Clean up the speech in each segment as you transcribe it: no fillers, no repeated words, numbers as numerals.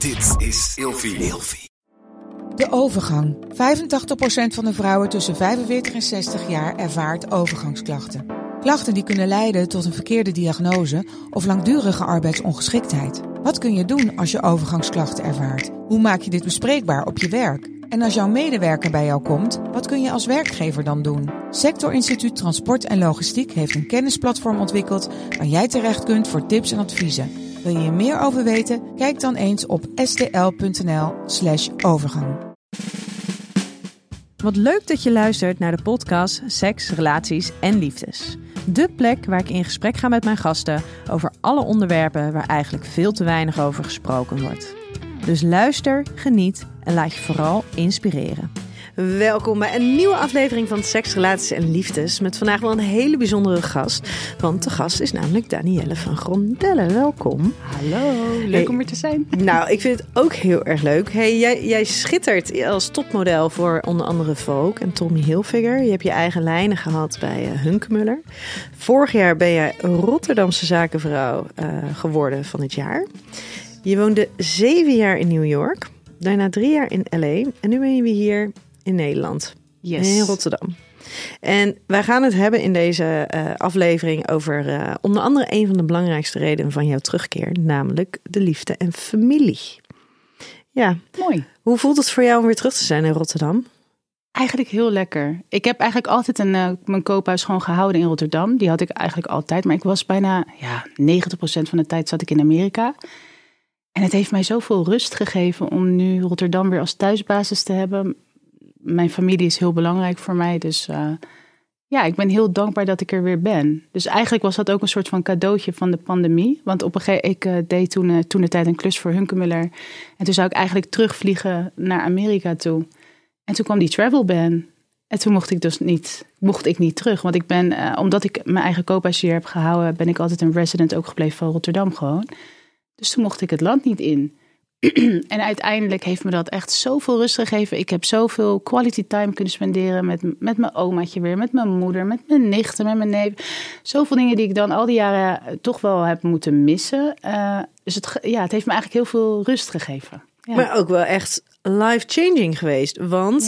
Dit is Ilfie. De overgang. 85% van de vrouwen tussen 45 en 60 jaar ervaart overgangsklachten. Klachten die kunnen leiden tot een verkeerde diagnose of langdurige arbeidsongeschiktheid. Wat kun je doen als je overgangsklachten ervaart? Hoe maak je dit bespreekbaar op je werk? En als jouw medewerker bij jou komt, wat kun je als werkgever dan doen? Sector Instituut Transport en Logistiek heeft een kennisplatform ontwikkeld waar jij terecht kunt voor tips en adviezen. Wil je hier meer over weten? Kijk dan eens op stl.nl/overgang. Wat leuk dat je luistert naar de podcast Seks, Relaties en Liefdes. De plek waar ik in gesprek ga met mijn gasten over alle onderwerpen waar eigenlijk veel te weinig over gesproken wordt. Dus luister, geniet en laat je vooral inspireren. Welkom bij een nieuwe aflevering van Seks, Relaties en Liefdes. Met vandaag wel een hele bijzondere gast. Want de gast is namelijk Danielle van Grondelle. Welkom. Hallo, leuk om er te zijn. Nou, ik vind het ook heel erg leuk. Hey, jij schittert als topmodel voor onder andere Vogue en Tommy Hilfiger. Je hebt je eigen lijnen gehad bij Hunkemöller. Vorig jaar ben jij Rotterdamse zakenvrouw geworden van het jaar. Je woonde 7 jaar in New York. Daarna 3 jaar in LA. En nu ben je weer hier in Nederland. Yes. In Rotterdam. En wij gaan het hebben in deze aflevering over onder andere een van de belangrijkste redenen van jouw terugkeer. Namelijk de liefde en familie. Ja. Mooi. Hoe voelt het voor jou om weer terug te zijn in Rotterdam? Eigenlijk heel lekker. Ik heb eigenlijk altijd mijn koophuis gewoon gehouden in Rotterdam. Die had ik eigenlijk altijd. Maar ik was bijna 90% van de tijd zat ik in Amerika. En het heeft mij zoveel rust gegeven om nu Rotterdam weer als thuisbasis te hebben. Mijn familie is heel belangrijk voor mij. Dus ik ben heel dankbaar dat ik er weer ben. Dus eigenlijk was dat ook een soort van cadeautje van de pandemie. Want op een gegeven moment, ik deed toen de tijd een klus voor Hunkemöller. En toen zou ik eigenlijk terugvliegen naar Amerika toe. En toen kwam die travel ban. En toen mocht ik niet terug. Want ik ben, omdat ik mijn eigen koophuis hier heb gehouden, ben ik altijd een resident ook gebleven van Rotterdam gewoon. Dus toen mocht ik het land niet in. En uiteindelijk heeft me dat echt zoveel rust gegeven. Ik heb zoveel quality time kunnen spenderen met mijn omaatje weer, met mijn moeder, met mijn nichten, met mijn neef. Zoveel dingen die ik dan al die jaren toch wel heb moeten missen. Dus het heeft me eigenlijk heel veel rust gegeven. Ja. Maar ook wel echt life-changing geweest. Want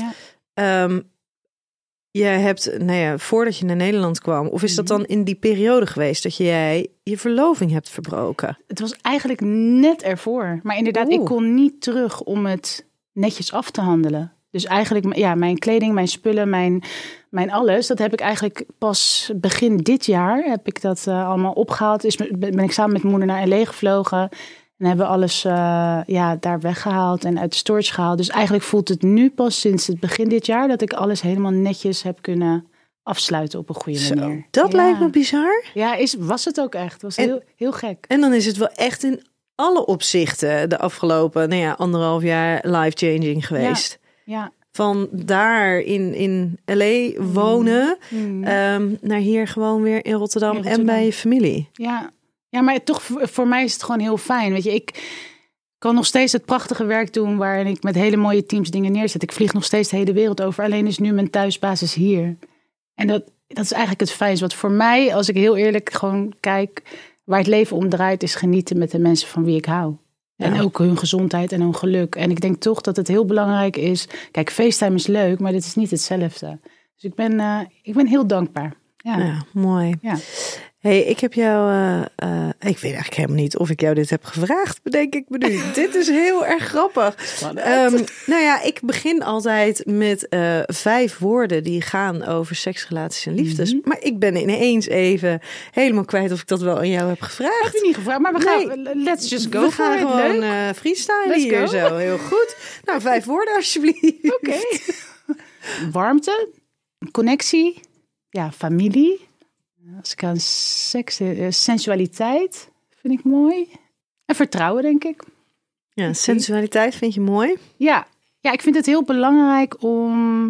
je hebt, voordat je naar Nederland kwam, of is dat dan in die periode geweest dat jij je verloving hebt verbroken? Het was eigenlijk net ervoor. Maar inderdaad, ik kon niet terug om het netjes af te handelen. Dus eigenlijk, mijn kleding, mijn spullen, mijn alles, dat heb ik eigenlijk pas begin dit jaar, heb ik dat allemaal opgehaald. Ben ik samen met mijn moeder naar LA gevlogen. En hebben we alles daar weggehaald en uit de storage gehaald. Dus eigenlijk voelt het nu pas sinds het begin dit jaar dat ik alles helemaal netjes heb kunnen afsluiten op een goede manier. Dat lijkt me bizar. Ja, was het ook echt. Het was heel, heel gek. En dan is het wel echt in alle opzichten de afgelopen 1,5 jaar life-changing geweest. Ja. Van daar in LA wonen naar hier gewoon weer in Rotterdam en bij je familie. Ja, maar toch voor mij is het gewoon heel fijn. Weet je, ik kan nog steeds het prachtige werk doen waarin ik met hele mooie teams dingen neerzet. Ik vlieg nog steeds de hele wereld over. Alleen is nu mijn thuisbasis hier. En dat is eigenlijk het fijnste. Wat voor mij, als ik heel eerlijk gewoon kijk, waar het leven om draait, is genieten met de mensen van wie ik hou. Ja. En ook hun gezondheid en hun geluk. En ik denk toch dat het heel belangrijk is. Kijk, FaceTime is leuk, maar dit is niet hetzelfde. Dus ik ben heel dankbaar. Ja, mooi. Ja. Hey, ik heb jou, ik weet eigenlijk helemaal niet of ik jou dit heb gevraagd, bedenk ik me nu. Dit is heel erg grappig. Ik begin altijd met 5 woorden die gaan over seks, relaties en liefdes. Mm-hmm. Maar ik ben ineens even helemaal kwijt of ik dat wel aan jou heb gevraagd. Heb je niet gevraagd, maar we gaan, let's just go. We gaan gewoon freestylen hier zo, heel goed. Nou, 5 woorden alsjeblieft. Oké. Warmte, connectie, familie. Als ik aan seks, sensualiteit vind ik mooi. En vertrouwen, denk ik. Ja, sensualiteit vind je mooi? Ja, ik vind het heel belangrijk om...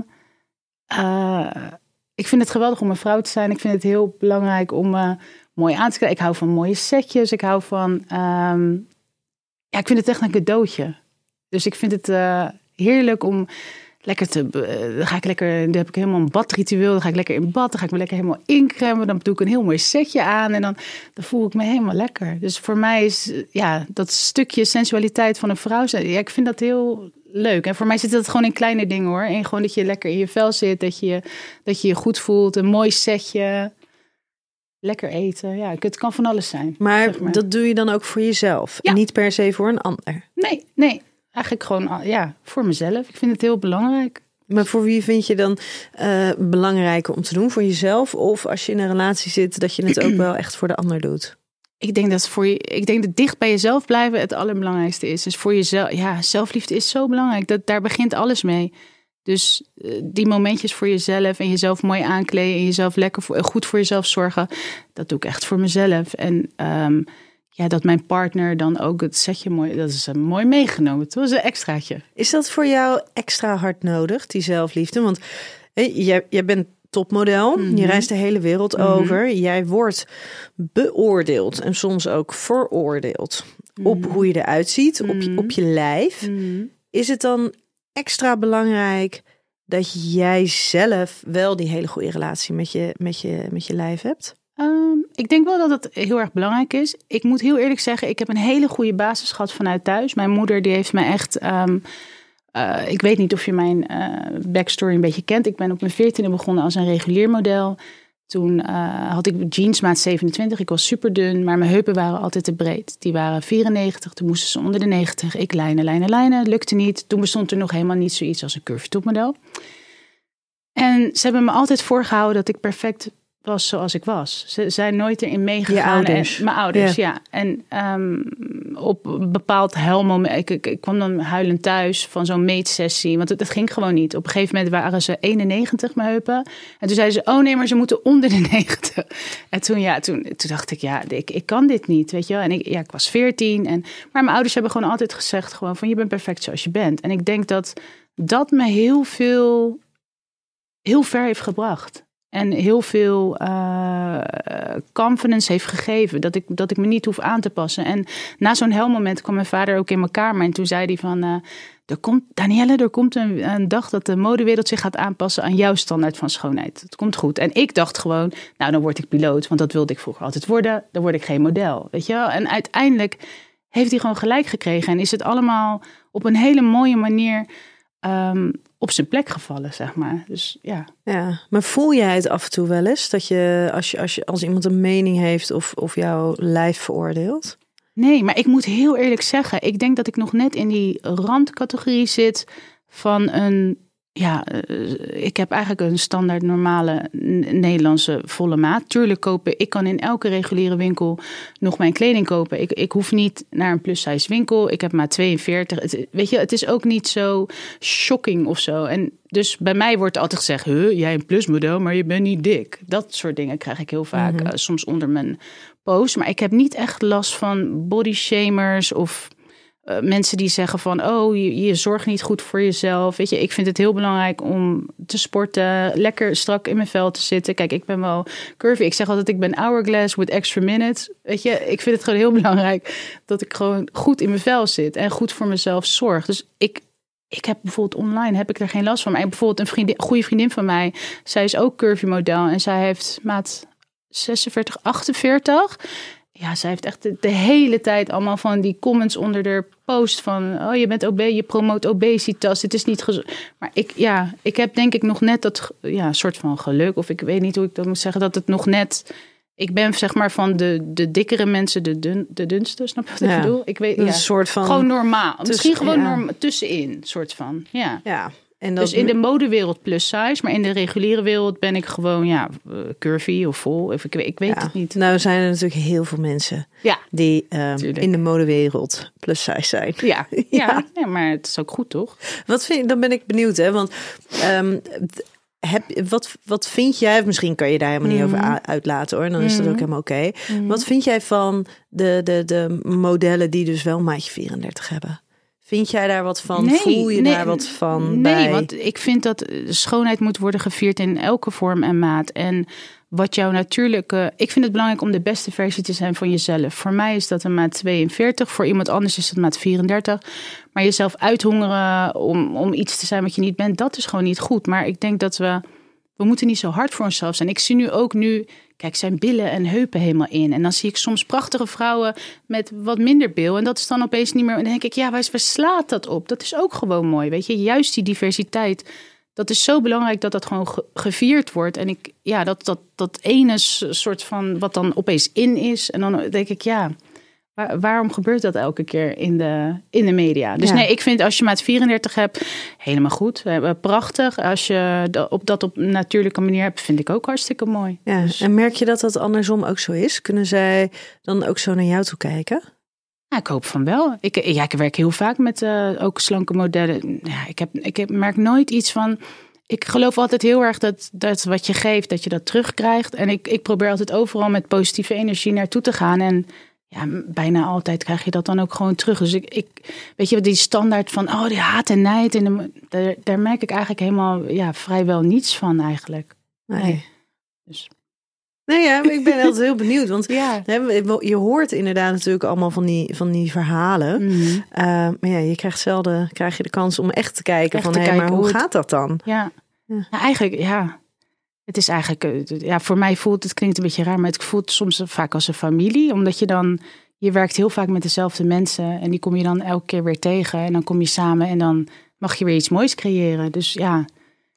ik vind het geweldig om een vrouw te zijn. Ik vind het heel belangrijk om mooi aan te kijken. Ik hou van mooie setjes. Ik hou van... ik vind het echt een cadeautje. Dus ik vind het heerlijk om dan heb ik helemaal een badritueel. Dan ga ik lekker in bad. Dan ga ik me lekker helemaal incremen. Dan doe ik een heel mooi setje aan. En dan voel ik me helemaal lekker. Dus voor mij is dat stukje sensualiteit van een vrouw. Ja, ik vind dat heel leuk. En voor mij zit dat gewoon in kleine dingen hoor. En gewoon dat je lekker in je vel zit. Dat je je goed voelt. Een mooi setje. Lekker eten. Ja, het kan van alles zijn. Maar dat doe je dan ook voor jezelf? Ja. En niet per se voor een ander? Nee. Eigenlijk gewoon voor mezelf. Ik vind het heel belangrijk. Maar voor wie vind je dan belangrijker om te doen? Voor jezelf? Of als je in een relatie zit, dat je het ook wel echt voor de ander doet? Ik denk dat dicht bij jezelf blijven het allerbelangrijkste is. Dus voor jezelf, zelfliefde is zo belangrijk. Daar begint alles mee. Dus die momentjes voor jezelf en jezelf mooi aankleden en jezelf goed voor jezelf zorgen, dat doe ik echt voor mezelf. En dat mijn partner dan ook het setje mooi, dat is mooi meegenomen. Dat is een extraatje. Is dat voor jou extra hard nodig, die zelfliefde? Want jij bent topmodel, je reist de hele wereld over. Jij wordt beoordeeld en soms ook veroordeeld op hoe je eruit ziet, op je lijf. Is het dan extra belangrijk dat jij zelf wel die hele goede relatie met je lijf hebt? Ik denk wel dat het heel erg belangrijk is. Ik moet heel eerlijk zeggen, ik heb een hele goede basis gehad vanuit thuis. Mijn moeder die heeft mij echt... ik weet niet of je mijn backstory een beetje kent. Ik ben op mijn 14e begonnen als een regulier model. Toen had ik jeansmaat 27. Ik was super dun, maar mijn heupen waren altijd te breed. Die waren 94, toen moesten ze onder de 90. Ik lijnen. Lukte niet. Toen bestond er nog helemaal niet zoiets als een curvy topmodel. En ze hebben me altijd voorgehouden dat ik perfect was zoals ik was. Ze zijn nooit erin meegegaan. Je ouders. Mijn ouders, ja. En op een bepaald huilmoment... Ik kwam dan huilend thuis van zo'n meetsessie. Want het ging gewoon niet. Op een gegeven moment waren ze 91, mijn heupen. En toen zeiden ze, oh nee, maar ze moeten onder de 90. En toen dacht ik, ik kan dit niet, weet je wel. En ik was 14. Maar mijn ouders hebben gewoon altijd gezegd... gewoon van, je bent perfect zoals je bent. En ik denk dat me heel ver heeft gebracht. En heel veel confidence heeft gegeven. Dat ik me niet hoef aan te passen. En na zo'n helmoment kwam mijn vader ook in mijn kamer. En toen zei hij van... Danielle, er komt een dag dat de modewereld zich gaat aanpassen aan jouw standaard van schoonheid. Het komt goed. En ik dacht gewoon, dan word ik piloot. Want dat wilde ik vroeger altijd worden. Dan word ik geen model. Weet je wel? En uiteindelijk heeft hij gewoon gelijk gekregen. En is het allemaal op een hele mooie manier... op zijn plek gevallen, zeg maar. Dus ja. Ja, maar voel jij het af en toe wel eens dat je als iemand een mening heeft of jouw lijf veroordeelt? Nee, maar ik moet heel eerlijk zeggen, ik denk dat ik nog net in die randcategorie zit van een... ik heb eigenlijk een standaard normale Nederlandse volle maat. Tuurlijk ik kan in elke reguliere winkel nog mijn kleding kopen. Ik hoef niet naar een plus-size winkel. Ik heb maar 42. Het is ook niet zo shocking of zo. En dus bij mij wordt altijd gezegd, jij een plusmodel, maar je bent niet dik. Dat soort dingen krijg ik heel vaak, soms onder mijn post. Maar ik heb niet echt last van bodyshamers of... mensen die zeggen van, je zorgt niet goed voor jezelf. Weet je, ik vind het heel belangrijk om te sporten, lekker strak in mijn vel te zitten. Kijk, ik ben wel curvy. Ik zeg altijd, ik ben hourglass with extra minutes. Weet je, ik vind het gewoon heel belangrijk dat ik gewoon goed in mijn vel zit en goed voor mezelf zorg. Dus ik heb bijvoorbeeld online, heb ik er geen last van. Maar bijvoorbeeld een goede vriendin van mij, zij is ook curvy model en zij heeft maat 46, 48. Ja, zij heeft echt de hele tijd allemaal van die comments onder de post van... je bent obese, je promoot obesitas, het is niet gezond. Maar ik heb denk ik nog net dat soort van geluk... of ik weet niet hoe ik dat moet zeggen, dat het nog net... Ik ben zeg maar van de dikkere mensen de dunste, snap je wat ik bedoel? Ik weet, een soort van... Gewoon normaal, misschien gewoon tussenin, soort van, ja. En dus in de modewereld plus size, maar in de reguliere wereld ben ik gewoon curvy of vol. Of ik weet het niet. Nou zijn er natuurlijk heel veel mensen die in de modewereld plus size zijn. Ja, maar het is ook goed, toch? Dan ben ik benieuwd, hè? Want wat vind jij? Misschien kan je daar helemaal niet over uitlaten, hoor. Dan is dat ook helemaal oké. Wat vind jij van de modellen die dus wel maatje 34 hebben? Vind jij daar wat van? Voel je daar wat van bij? Nee, want ik vind dat de schoonheid moet worden gevierd in elke vorm en maat. En wat jouw natuurlijke... Ik vind het belangrijk om de beste versie te zijn van jezelf. Voor mij is dat een maat 42. Voor iemand anders is dat maat 34. Maar jezelf uithongeren om iets te zijn wat je niet bent, dat is gewoon niet goed. Maar ik denk dat we moeten niet zo hard voor onszelf zijn. Ik zie nu, kijk, zijn billen en heupen helemaal in. En dan zie ik soms prachtige vrouwen met wat minder bil. En dat is dan opeens niet meer... En dan denk ik, ja, waar slaat dat op? Dat is ook gewoon mooi, weet je. Juist die diversiteit... Dat is zo belangrijk dat dat gewoon gevierd wordt. En dat ene soort van wat dan opeens in is. En dan denk ik, ja, waarom gebeurt dat elke keer in de media? Dus nee, ik vind als je maat 34 hebt, helemaal goed. Prachtig. Als je dat op een natuurlijke manier hebt, vind ik ook hartstikke mooi. Ja, dus. En merk je dat dat andersom ook zo is? Kunnen zij dan ook zo naar jou toe kijken? Ja, ik hoop van wel. Ik werk heel vaak met ook slanke modellen. Ja, ik merk nooit iets van... Ik geloof altijd heel erg dat wat je geeft, dat je dat terugkrijgt. En ik probeer altijd overal met positieve energie naartoe te gaan. En ja, bijna altijd krijg je dat dan ook gewoon terug. Dus weet je, die standaard van die haat en nijd. Daar merk ik eigenlijk helemaal vrijwel niets van eigenlijk. Nee. Dus... Nee, ja, ik ben altijd heel benieuwd. Want je hoort inderdaad natuurlijk allemaal van die verhalen. Mm-hmm. Maar ja, je krijgt zelden je de kans om echt te kijken maar hoe gaat dat dan? Ja. Nou, eigenlijk, ja. Het is eigenlijk, voor mij het klinkt een beetje raar, maar het voelt soms vaak als een familie. Omdat je werkt heel vaak met dezelfde mensen. En die kom je dan elke keer weer tegen. En dan kom je samen en dan mag je weer iets moois creëren. Dus ja,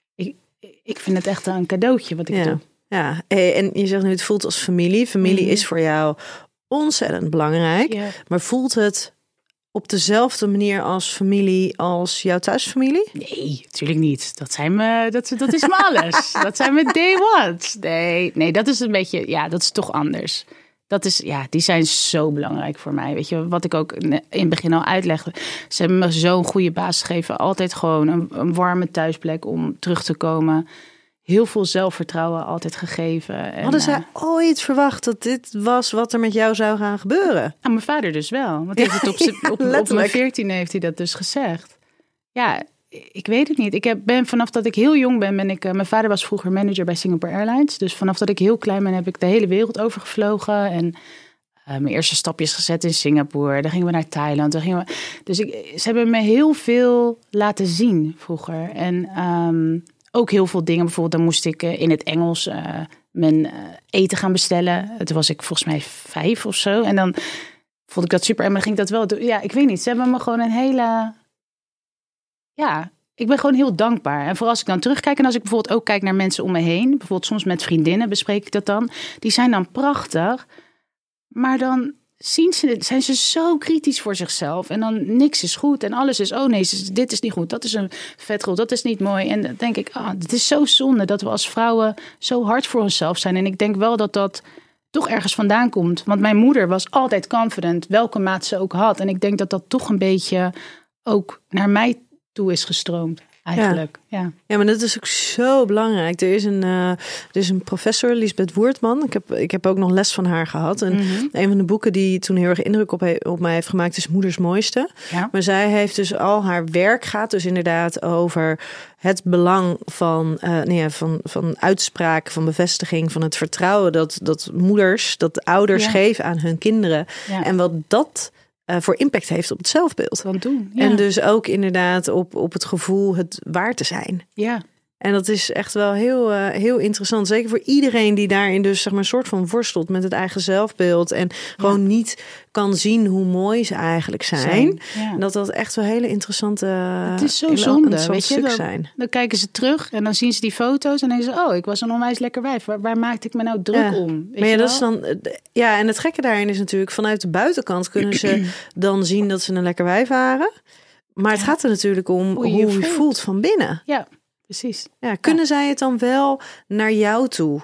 ik vind het echt een cadeautje wat ik doe. Ja, en je zegt nu het voelt als familie. Familie is voor jou ontzettend belangrijk. Yeah. Maar voelt het op dezelfde manier als familie als jouw thuisfamilie? Nee, natuurlijk niet. Dat is me alles. Dat zijn mijn day ones. Nee, dat is een beetje, dat is toch anders. Dat is, die zijn zo belangrijk voor mij. Weet je, wat ik ook in het begin al uitlegde. Ze hebben me zo'n goede basis gegeven. Altijd gewoon een warme thuisplek om terug te komen. Heel veel zelfvertrouwen altijd gegeven. En, hadden zij ooit verwacht dat dit was wat er met jou zou gaan gebeuren? Nou, mijn vader dus wel. Want hij heeft op mijn 14 heeft hij dat dus gezegd. Ja, ik weet het niet. Ben vanaf dat ik heel jong ben mijn vader was vroeger manager bij Singapore Airlines. Dus vanaf dat ik heel klein ben heb ik de hele wereld overgevlogen. En mijn eerste stapjes gezet in Singapore. Dan gingen we naar Thailand. Dus ze hebben me heel veel laten zien vroeger. En... ook heel veel dingen. Bijvoorbeeld dan moest ik in het Engels mijn eten gaan bestellen. Toen was ik volgens mij 5 of zo. En dan vond ik dat super. En dan ging ik dat wel doen. Ja, ik weet niet. Ze hebben me gewoon een hele... Ja, ik ben gewoon heel dankbaar. En vooral als ik dan terugkijk en als ik bijvoorbeeld ook kijk naar mensen om me heen. Bijvoorbeeld soms met vriendinnen bespreek ik dat dan. Die zijn dan prachtig. Maar dan zijn ze zo kritisch voor zichzelf. En dan niks is goed. En alles is, dit is niet goed. Dat is een vetrol. Dat is niet mooi. En dan denk ik, het is zo zonde dat we als vrouwen zo hard voor onszelf zijn. En ik denk wel dat dat toch ergens vandaan komt. Want mijn moeder was altijd confident, welke maat ze ook had. En ik denk dat dat toch een beetje ook naar mij toe is gestroomd. Eigenlijk, ja, maar dat is ook zo belangrijk. Er is een professor, Liesbeth Woertman. Ik heb ook nog les van haar gehad. En een van de boeken die toen heel erg indruk op mij heeft gemaakt is Moeders Mooiste. Ja. Maar zij heeft dus al haar werk gaat dus inderdaad over het belang van uitspraak, van bevestiging, van het vertrouwen dat ouders geven aan hun kinderen. Ja. En wat dat voor impact heeft op het zelfbeeld. En dus ook inderdaad op het gevoel het waar te zijn. Ja. En dat is echt wel heel interessant. Zeker voor iedereen die daarin dus een soort van worstelt met het eigen zelfbeeld. En gewoon niet kan zien hoe mooi ze eigenlijk zijn. Ja. Dat echt wel hele interessante... Het is zo zonde, weet je. Dan kijken ze terug en dan zien ze die foto's en denken ze... ik was een onwijs lekker wijf. Waar maakte ik me nou druk om? Weet maar dat is dan... Ja, en het gekke daarin is natuurlijk... vanuit de buitenkant kunnen ze dan zien dat ze een lekker wijf waren. Maar het gaat er natuurlijk om hoe je voelt van binnen. Ja. Precies. Ja, kunnen zij het dan wel naar jou toe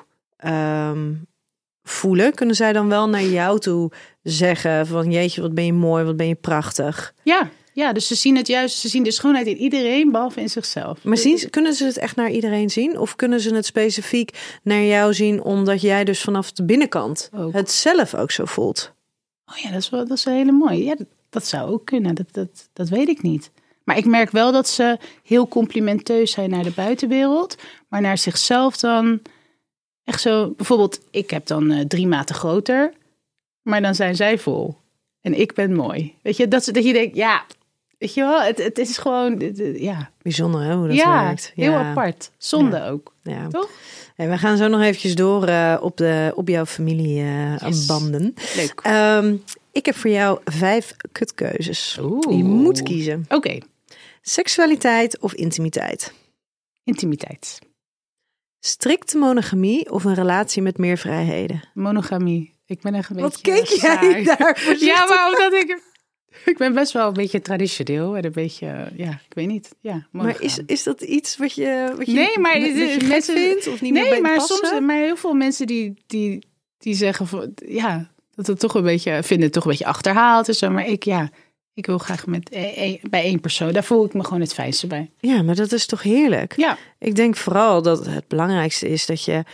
voelen? Kunnen zij dan wel naar jou toe zeggen van jeetje, wat ben je mooi, wat ben je prachtig? Ja, dus ze zien het juist, ze zien de schoonheid in iedereen, behalve in zichzelf. Maar kunnen ze het echt naar iedereen zien? Of kunnen ze het specifiek naar jou zien, omdat jij dus vanaf de binnenkant het zelf ook zo voelt? Oh ja, dat is wel hele mooi. Ja, dat zou ook kunnen, dat weet ik niet. Maar ik merk wel dat ze heel complimenteus zijn naar de buitenwereld. Maar naar zichzelf dan Echt zo, bijvoorbeeld, ik heb dan 3 maten groter, maar dan zijn zij vol. En ik ben mooi. Weet je, dat je denkt, ja, weet je wel, het is gewoon, ja. Bijzonder hè, hoe dat werkt. Ja, heel apart. Zonde ook. Ja. Toch? Hey, we gaan zo nog eventjes door op jouw familiebanden. Leuk. Ik heb voor jou 5 kutkeuzes. Je moet kiezen. Oké. Seksualiteit of intimiteit? Intimiteit. Strikte monogamie of een relatie met meer vrijheden? Monogamie. Ik ben echt een Wat beetje... keek jij daar voorzichtig? Ja, maar omdat ik ben best wel een beetje traditioneel en een beetje, ja, ik weet niet. Ja, maar is dat iets wat je nee, maar dat je mensen vindt of niet meer bij maar passen? soms, maar heel veel mensen die zeggen van, ja, dat het toch een beetje vinden het toch een beetje achterhaald en zo. Maar ik wil graag bij 1 persoon. Daar voel ik me gewoon het fijnste bij. Ja, maar dat is toch heerlijk? Ja. Ik denk vooral dat het belangrijkste is dat je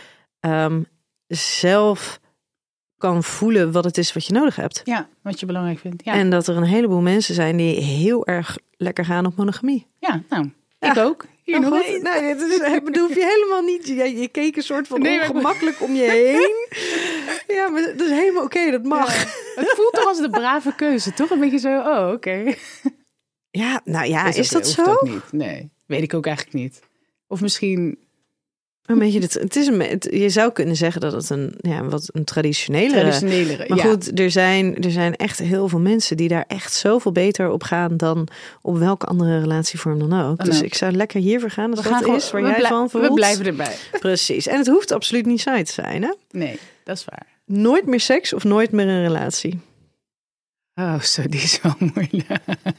zelf kan voelen wat het is wat je nodig hebt. Ja, wat je belangrijk vindt. Ja. En dat er een heleboel mensen zijn die heel erg lekker gaan op monogamie. Ja, nou, ik ook. Hier nog nog goed. Nee, dat hoef je helemaal niet. Je keek een soort van ongemakkelijk om je heen. Ja, maar dat is helemaal oké, dat mag. Ja. Het voelt toch als de brave keuze, toch? Een beetje zo, oké. Ja, nou ja, is dat zo? Dat niet. Nee, weet ik ook eigenlijk niet. Of misschien... Een beetje je zou kunnen zeggen dat het een traditionelere. Maar goed, er zijn echt heel veel mensen die daar echt zoveel beter op gaan dan op welke andere relatievorm dan ook. Dus ik zou lekker hiervoor gaan als dat is waar jij van voelt. We blijven erbij. Precies. En het hoeft absoluut niet saai te zijn, hè? Nee, dat is waar. Nooit meer seks of nooit meer een relatie? Oh, zo, die is wel moeilijk.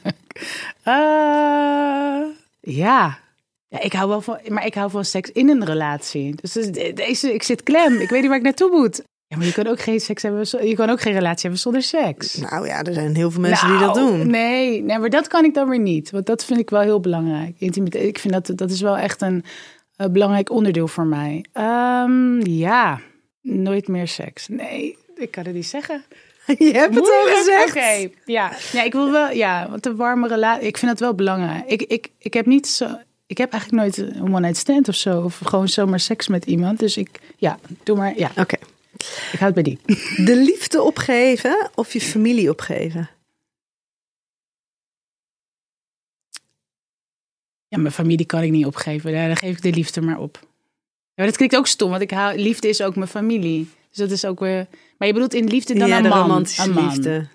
Ja, ik hou van seks in een relatie. Dus ik zit klem. Ik weet niet waar ik naartoe moet. Ja, maar je kan ook geen seks hebben. Je kan ook geen relatie hebben zonder seks. Nou ja, er zijn heel veel mensen die dat doen. Nee, maar dat kan ik dan weer niet. Want dat vind ik wel heel belangrijk. Intimiteit. Ik vind dat is wel echt een belangrijk onderdeel voor mij. Ja, nooit meer seks. Nee, ik kan het niet zeggen. Je hebt het al gezegd. Oké, ja, ik wil wel. Ja, want een warme relatie. Ik vind dat wel belangrijk. Ik heb niet zo. Ik heb eigenlijk nooit een one-night stand of zo. Of gewoon zomaar seks met iemand. Dus doe maar. Ja. Oké. Ik houd bij die. De liefde opgeven of je familie opgeven? Ja, mijn familie kan ik niet opgeven. Daar geef ik de liefde maar op. Ja, dat klinkt ook stom, want liefde is ook mijn familie. Dus dat is ook weer... Maar je bedoelt in liefde dan een man? Romantische liefde.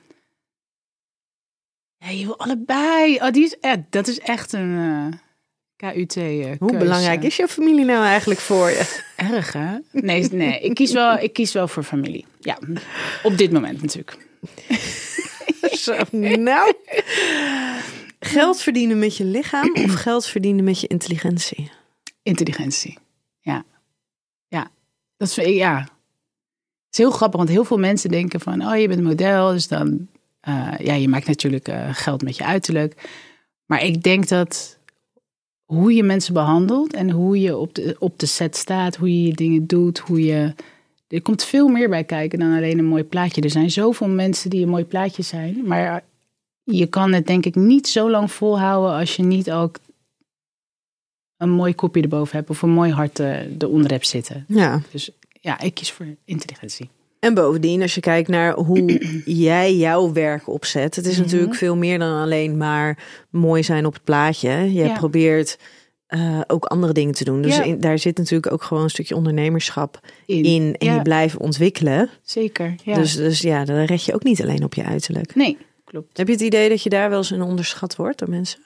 Ja, je wil allebei. Dat is echt een... KUT-keuze. Hoe belangrijk is jouw familie nou eigenlijk voor je? Erg, hè? Nee. Ik kies wel voor familie. Ja, op dit moment natuurlijk. Zo, nou. Geld verdienen met je lichaam of geld verdienen met je intelligentie? Intelligentie, ja. Dat vind ik, ja. Het is heel grappig, want heel veel mensen denken van... je bent model, dus dan... je maakt natuurlijk geld met je uiterlijk. Maar ik denk dat... hoe je mensen behandelt en hoe je op de set staat, hoe je dingen doet, er komt veel meer bij kijken dan alleen een mooi plaatje. Er zijn zoveel mensen die een mooi plaatje zijn, maar je kan het denk ik niet zo lang volhouden als je niet ook een mooi kopje erboven hebt of een mooi hart eronder hebt zitten. Ja. Dus ja, ik kies voor intelligentie. En bovendien, als je kijkt naar hoe jij jouw werk opzet... het is natuurlijk veel meer dan alleen maar mooi zijn op het plaatje. Je probeert ook andere dingen te doen. Dus daar zit natuurlijk ook gewoon een stukje ondernemerschap in. En je blijft ontwikkelen. Zeker, ja. Dus ja, dan red je ook niet alleen op je uiterlijk. Nee, klopt. Heb je het idee dat je daar wel eens in onderschat wordt door mensen?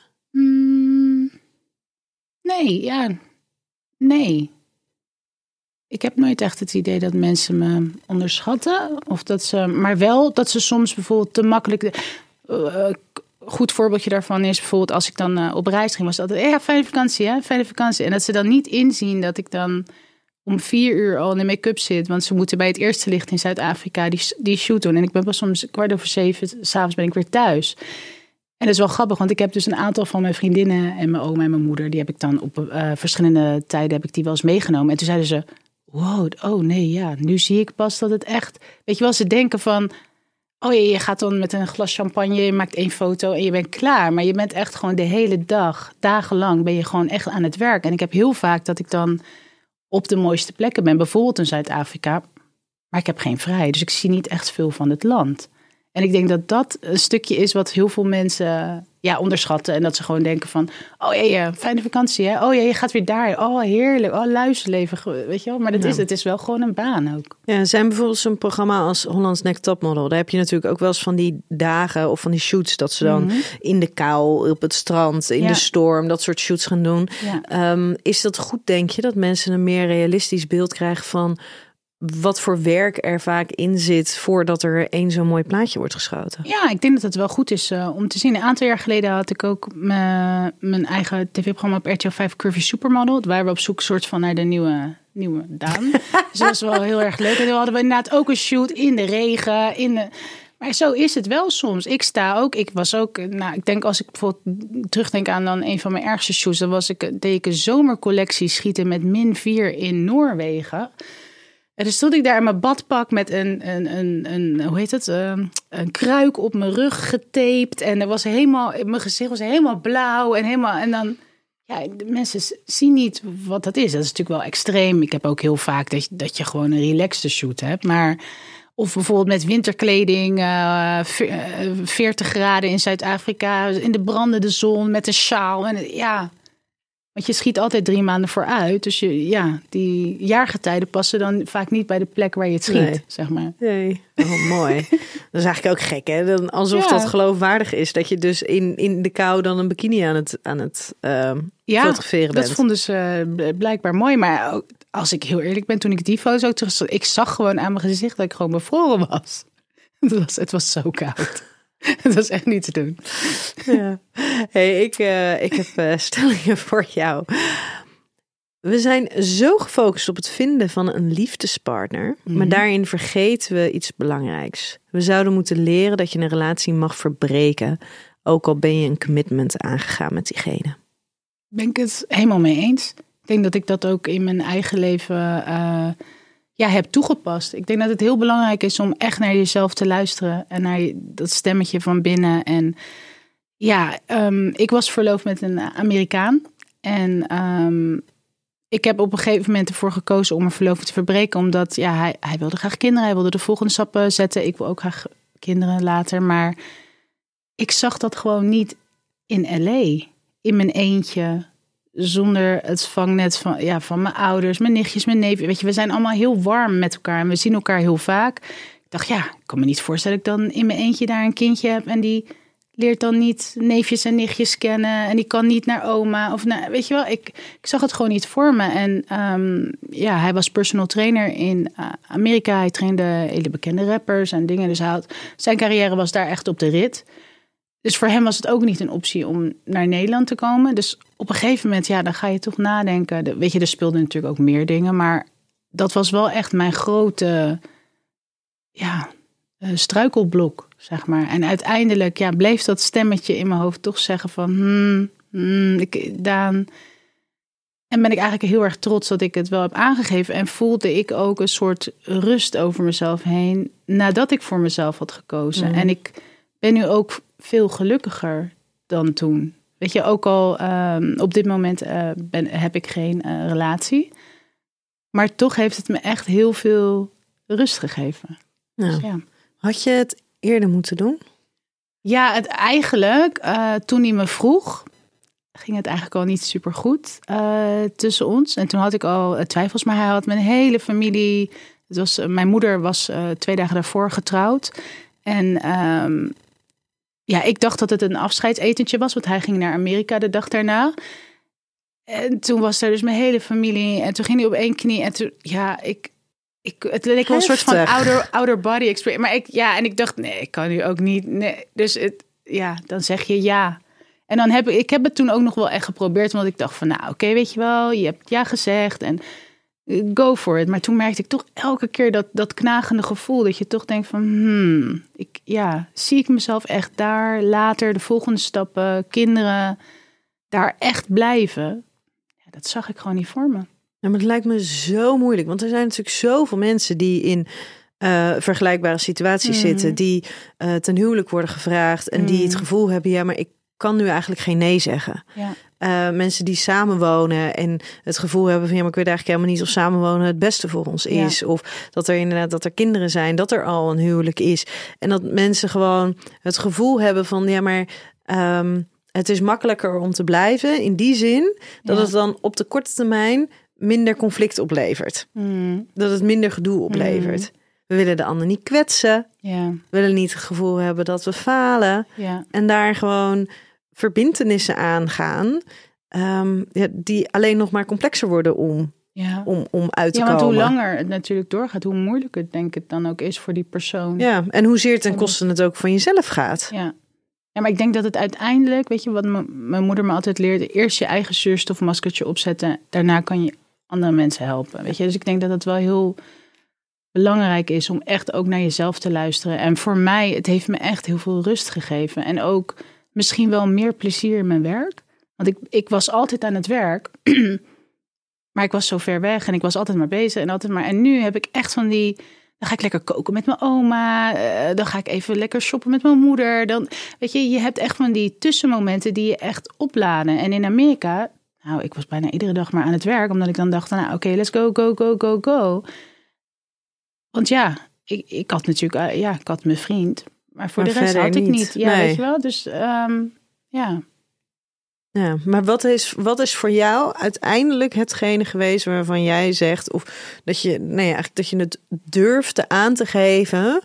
Nee. Ik heb nooit echt het idee dat mensen me onderschatten. Maar wel dat ze soms bijvoorbeeld te makkelijk... goed voorbeeldje daarvan is bijvoorbeeld als ik dan op reis ging. Was het altijd, fijne vakantie, hè? Fijne vakantie. En dat ze dan niet inzien dat ik dan om 4 uur al in de make-up zit. Want ze moeten bij het eerste licht in Zuid-Afrika die shoot doen. En ik ben pas soms 6:15 s'avonds ben ik weer thuis. En dat is wel grappig, want ik heb dus een aantal van mijn vriendinnen en mijn oma en mijn moeder... die heb ik dan op verschillende tijden heb ik die wel eens meegenomen. En toen zeiden ze... Wow, nu zie ik pas dat het echt... Weet je wel, ze denken van... je gaat dan met een glas champagne, je maakt 1 foto en je bent klaar. Maar je bent echt gewoon de hele dag, dagenlang ben je gewoon echt aan het werk. En ik heb heel vaak dat ik dan op de mooiste plekken ben. Bijvoorbeeld in Zuid-Afrika. Maar ik heb geen vrijheid. Dus ik zie niet echt veel van het land. En ik denk dat dat een stukje is wat heel veel mensen onderschatten. En dat ze gewoon denken van, oh ja, fijne vakantie hè. Oh ja, je gaat weer daar. Oh heerlijk. Oh luisterleven. Weet je wel. Maar het is wel gewoon een baan ook. Ja, er zijn bijvoorbeeld zo'n programma als Holland's Next Topmodel. Daar heb je natuurlijk ook wel eens van die dagen of van die shoots dat ze dan in de kou, op het strand, in de storm, dat soort shoots gaan doen. Ja. Is dat goed, denk je, dat mensen een meer realistisch beeld krijgen van wat voor werk er vaak in zit voordat er één zo'n mooi plaatje wordt geschoten? Ja, ik denk dat het wel goed is om te zien. Een aantal jaar geleden had ik ook mijn eigen tv-programma op RTL 5, Curvy Supermodel. Waar we op zoek soort van naar de nieuwe Daan. Dus dat was wel heel erg leuk. En toen hadden we inderdaad ook een shoot in de regen, maar zo is het wel soms. Ik denk als ik bijvoorbeeld terugdenk aan dan een van mijn ergste shoots, dan deed ik een zomercollectie schieten met -4 in Noorwegen. En dus stond ik daar in mijn badpak met een hoe heet het? Een kruik op mijn rug getaped. En mijn gezicht was helemaal blauw. En dan, de mensen zien niet wat dat is. Dat is natuurlijk wel extreem. Ik heb ook heel vaak dat je gewoon een relaxte shoot hebt. Maar, of bijvoorbeeld met winterkleding, 40 graden in Zuid-Afrika, in de brandende zon, met een sjaal. Want je schiet altijd 3 maanden vooruit. Dus die jaargetijden passen dan vaak niet bij de plek waar je het schiet, zeg maar. Nee, mooi. Dat is eigenlijk ook gek, hè? Alsof dat geloofwaardig is. Dat je dus in de kou dan een bikini aan het fotograferen bent. Dat vonden ze blijkbaar mooi. Maar ook, als ik heel eerlijk ben, toen ik die foto's ook terug zag, ik zag gewoon aan mijn gezicht dat ik gewoon bevroren was. Het was zo koud. Dat is echt niet te doen. Ja. Hey, ik heb stellingen voor jou. We zijn zo gefocust op het vinden van een liefdespartner, maar daarin vergeten we iets belangrijks. We zouden moeten leren dat je een relatie mag verbreken, ook al ben je een commitment aangegaan met diegene. Ben ik het helemaal mee eens. Ik denk dat ik dat ook in mijn eigen leven heb toegepast. Ik denk dat het heel belangrijk is om echt naar jezelf te luisteren en naar dat stemmetje van binnen. En ik was verloofd met een Amerikaan en ik heb op een gegeven moment ervoor gekozen om mijn verloving te verbreken, omdat hij wilde graag kinderen, hij wilde de volgende stappen zetten. Ik wil ook graag kinderen later, maar ik zag dat gewoon niet in LA, in mijn eentje, zonder het vangnet van mijn ouders, mijn nichtjes, mijn neefjes. Weet je, we zijn allemaal heel warm met elkaar en we zien elkaar heel vaak. Ik dacht, ik kan me niet voorstellen dat ik dan in mijn eentje daar een kindje heb en die leert dan niet neefjes en nichtjes kennen en die kan niet naar oma of naar, weet je wel. Ik zag het gewoon niet voor me. En hij was personal trainer in Amerika. Hij trainde hele bekende rappers en dingen. Dus zijn carrière was daar echt op de rit. Dus voor hem was het ook niet een optie om naar Nederland te komen. Dus op een gegeven moment, dan ga je toch nadenken. Weet je, er speelden natuurlijk ook meer dingen. Maar dat was wel echt mijn grote struikelblok, zeg maar. En uiteindelijk bleef dat stemmetje in mijn hoofd toch zeggen van Daan. En ben ik eigenlijk heel erg trots dat ik het wel heb aangegeven. En voelde ik ook een soort rust over mezelf heen nadat ik voor mezelf had gekozen. En ik ben nu ook veel gelukkiger dan toen. Weet je, ook al op dit moment heb ik geen relatie. Maar toch heeft het me echt heel veel rust gegeven. Nou, dus had je het eerder moeten doen? Ja, toen hij me vroeg, ging het eigenlijk al niet super goed tussen ons. En toen had ik al twijfels, maar hij had mijn hele familie. Mijn moeder was 2 dagen daarvoor getrouwd. En ik dacht dat het een afscheidsetentje was, want hij ging naar Amerika de dag daarna. En toen was er dus mijn hele familie. En toen ging hij op 1 knie. En toen, het leek wel een soort van outer body experience. Maar ik dacht, nee, ik kan nu ook niet. Nee. Dus dan zeg je ja. En dan heb ik heb het toen ook nog wel echt geprobeerd. Want ik dacht van, oké, weet je wel, je hebt ja gezegd en go for it. Maar toen merkte ik toch elke keer dat knagende gevoel. Dat je toch denkt van, zie ik mezelf echt daar later, de volgende stappen, kinderen, daar echt blijven. Ja, dat zag ik gewoon niet voor me. Ja, maar het lijkt me zo moeilijk. Want er zijn natuurlijk zoveel mensen die in vergelijkbare situaties zitten. Die ten huwelijk worden gevraagd. En die het gevoel hebben, maar ik kan nu eigenlijk geen nee zeggen. Ja. Mensen die samenwonen en het gevoel hebben van... ja, maar ik weet eigenlijk helemaal niet of samenwonen het beste voor ons is. Ja. Of dat er inderdaad dat er kinderen zijn, dat er al een huwelijk is. En dat mensen gewoon het gevoel hebben van... ja, maar het is makkelijker om te blijven in die zin... dat het dan op de korte termijn minder conflict oplevert. Dat het minder gedoe oplevert. We willen de ander niet kwetsen. Ja. We willen niet het gevoel hebben dat we falen. Ja. En daar gewoon verbintenissen aangaan... die alleen nog maar complexer worden om uit te komen. Ja, want hoe langer het natuurlijk doorgaat... hoe moeilijker denk ik dan ook is voor die persoon. Ja, en hoezeer ten koste het ook van jezelf gaat. Ja. Ja, maar ik denk dat het uiteindelijk... weet je wat mijn moeder me altijd leerde... eerst je eigen zuurstofmaskertje opzetten... daarna kan je andere mensen helpen. Weet je? Dus ik denk dat het wel heel... belangrijk is om echt ook naar jezelf te luisteren. En voor mij, het heeft me echt heel veel rust gegeven. En ook misschien wel meer plezier in mijn werk. Want ik was altijd aan het werk. Maar ik was zo ver weg en ik was altijd maar bezig. En nu heb ik echt van die... Dan ga ik lekker koken met mijn oma. Dan ga ik even lekker shoppen met mijn moeder. Dan, weet je hebt echt van die tussenmomenten die je echt opladen. En in Amerika... Nou, ik was bijna iedere dag maar aan het werk. Omdat ik dan dacht, nou oké, let's go. Want ja, ik had natuurlijk, ik had mijn vriend, maar voor de rest had ik niet. Ja, nee. Weet je wel. Dus ja. Ja, maar wat is voor jou uiteindelijk hetgene geweest waarvan jij zegt, of dat je, eigenlijk dat je het durfde aan te geven,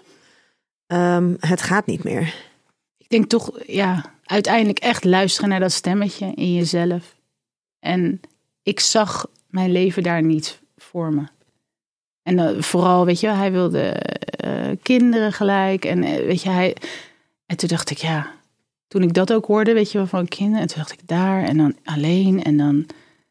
het gaat niet meer. Ik denk toch, uiteindelijk echt luisteren naar dat stemmetje in jezelf. En ik zag mijn leven daar niet voor me. En vooral, weet je, hij wilde kinderen gelijk. En weet je, en toen dacht ik, toen ik dat ook hoorde, weet je wel, van kinderen. En toen dacht ik daar en dan alleen. En dan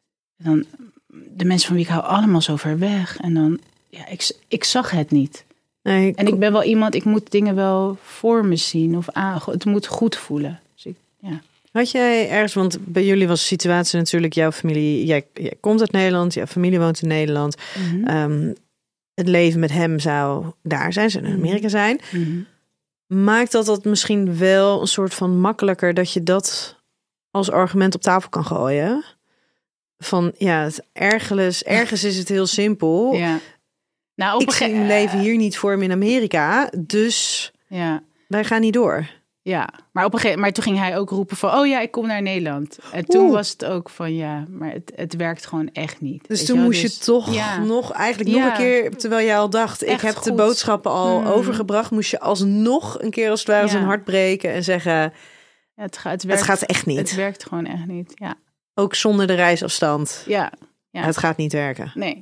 de mensen van wie ik hou allemaal zo ver weg. En dan, ik zag het niet. Nee, en ik ben wel iemand, ik moet dingen wel voor me zien. Of het moet goed voelen. Dus Had jij ergens, want bij jullie was de situatie natuurlijk, jouw familie, jij komt uit Nederland, jouw familie woont in Nederland. Mm-hmm. Het leven met hem zou daar zijn, zou in Amerika zijn. Mm-hmm. Maakt dat misschien wel een soort van makkelijker dat je dat als argument op tafel kan gooien? Van ergens is het heel simpel. Ja. Nou, ik zie mijn leven hier niet voor me in Amerika, dus wij gaan niet door. Ja, maar toen ging hij ook roepen van... ik kom naar Nederland. En toen was het ook van maar het werkt gewoon echt niet. Dus toen moest je toch nog een keer... terwijl jij al dacht, ik heb de boodschappen al overgebracht... moest je alsnog een keer als het ware zijn hart breken en zeggen... het gaat echt niet. Het werkt gewoon echt niet, ja. Ook zonder de reisafstand. Ja. Het gaat niet werken. Nee.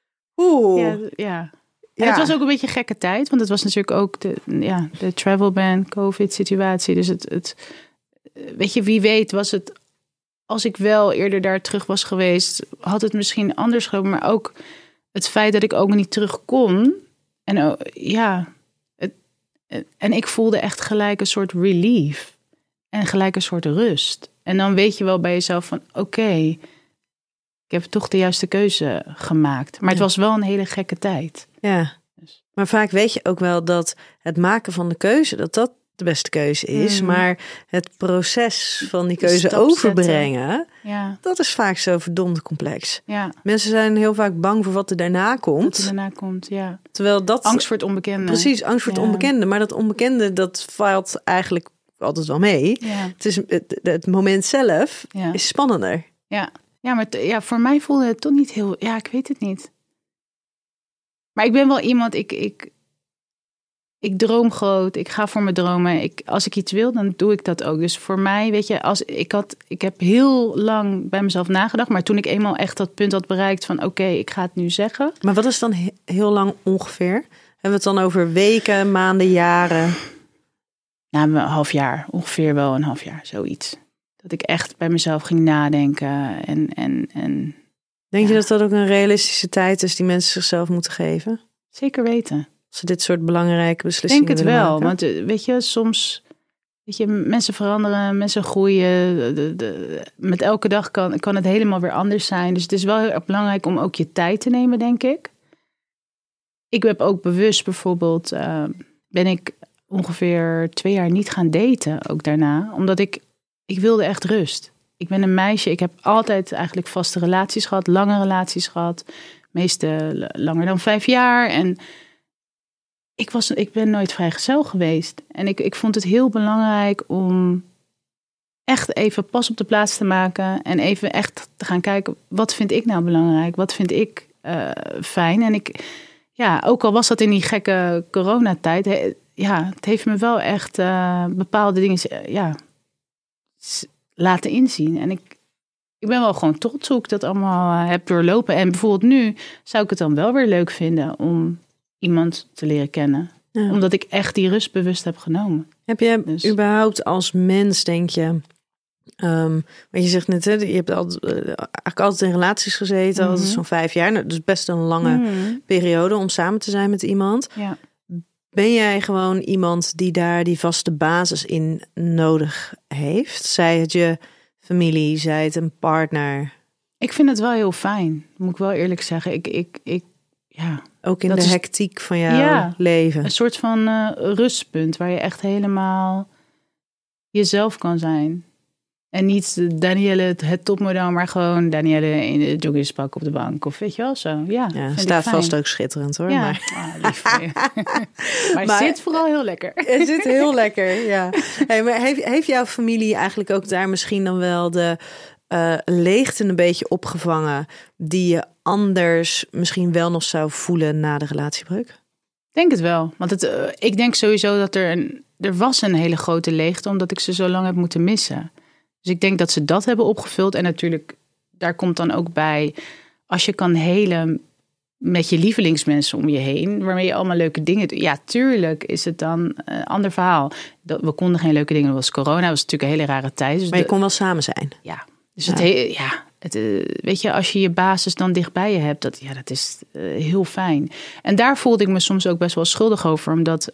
Ja. En het was ook een beetje een gekke tijd, want het was natuurlijk ook de travel ban, COVID-situatie. Dus het weet je, wie weet was het, als ik wel eerder daar terug was geweest, had het misschien anders gelopen. Maar ook het feit dat ik ook niet terug kon. En en ik voelde echt gelijk een soort relief en gelijk een soort rust. En dan weet je wel bij jezelf van oké, ik heb toch de juiste keuze gemaakt. Maar het was wel een hele gekke tijd. Ja, maar vaak weet je ook wel dat het maken van de keuze, dat de beste keuze is. Maar het proces van die keuze overbrengen, dat is vaak zo verdomd complex. Ja. Mensen zijn heel vaak bang voor wat er daarna komt. Wat er daarna komt, ja. Terwijl dat... Angst voor het onbekende. Precies, angst voor het onbekende. Maar dat onbekende, dat valt eigenlijk altijd wel mee. Ja. Het is het moment zelf is spannender. Ja. Ja, maar voor mij voelde het toch niet heel... Ja, ik weet het niet. Maar ik ben wel iemand... Ik droom groot. Ik ga voor mijn dromen. Als ik iets wil, dan doe ik dat ook. Dus voor mij, weet je... Ik heb heel lang bij mezelf nagedacht. Maar toen ik eenmaal echt dat punt had bereikt van... Oké, ik ga het nu zeggen. Maar wat is dan heel lang ongeveer? Hebben we het dan over weken, maanden, jaren? Nou, een half jaar. Ongeveer wel een half jaar, zoiets. Dat ik echt bij mezelf ging nadenken. En Denk je dat dat ook een realistische tijd is die mensen zichzelf moeten geven? Zeker weten. Als ze dit soort belangrijke beslissingen willen maken? Ik denk het wel, want weet je, soms... Weet je, mensen veranderen, mensen groeien. Met elke dag kan het helemaal weer anders zijn. Dus het is wel heel erg belangrijk om ook je tijd te nemen, denk ik. Ik heb ook bewust bijvoorbeeld... ben ik ongeveer 2 jaar niet gaan daten, ook daarna. Omdat ik ik wilde echt rust. Ik ben een meisje. Ik heb altijd eigenlijk vaste relaties gehad. Lange relaties gehad. Meeste langer dan 5 jaar. En ik ben nooit vrijgezel geweest. En ik vond het heel belangrijk om echt even pas op de plaats te maken. En even echt te gaan kijken, wat vind ik nou belangrijk? Wat vind ik fijn? En ook al was dat in die gekke coronatijd. Het heeft me wel echt bepaalde dingen laten inzien. En ik ben wel gewoon trots hoe ik dat allemaal heb doorlopen. En bijvoorbeeld nu zou ik het dan wel weer leuk vinden om iemand te leren kennen. Ja. Omdat ik echt die rust bewust heb genomen. Heb je überhaupt als mens, denk je... wat je zegt net, hè, je hebt eigenlijk altijd in relaties gezeten. Altijd zo'n 5 jaar. Nou, dus best een lange periode om samen te zijn met iemand. Ja. Ben jij gewoon iemand die daar die vaste basis in nodig heeft? Zij het je familie, zij het een partner? Ik vind het wel heel fijn, moet ik wel eerlijk zeggen. Ook in de hectiek van jouw leven. Een soort van rustpunt waar je echt helemaal jezelf kan zijn. En niet Danielle het topmodel, maar gewoon Danielle in de joggingspak op de bank. Of weet je wel, zo. Ja, staat vast ook schitterend hoor. Ja, lief voor je. maar het zit vooral heel lekker. Het zit heel lekker, ja. Hey, maar heeft jouw familie eigenlijk ook daar misschien dan wel de leegte een beetje opgevangen... die je anders misschien wel nog zou voelen na de relatiebreuk? Denk het wel. Want ik denk sowieso dat er was een hele grote leegte... omdat ik ze zo lang heb moeten missen. Dus ik denk dat ze dat hebben opgevuld. En natuurlijk, daar komt dan ook bij... als je kan helen met je lievelingsmensen om je heen... waarmee je allemaal leuke dingen doet. Ja, tuurlijk is het dan een ander verhaal. We konden geen leuke dingen. Dat was corona, dat was natuurlijk een hele rare tijd. Dus maar je kon wel samen zijn. Ja, dus weet je, als je je basis dan dichtbij je hebt... dat is heel fijn. En daar voelde ik me soms ook best wel schuldig over... omdat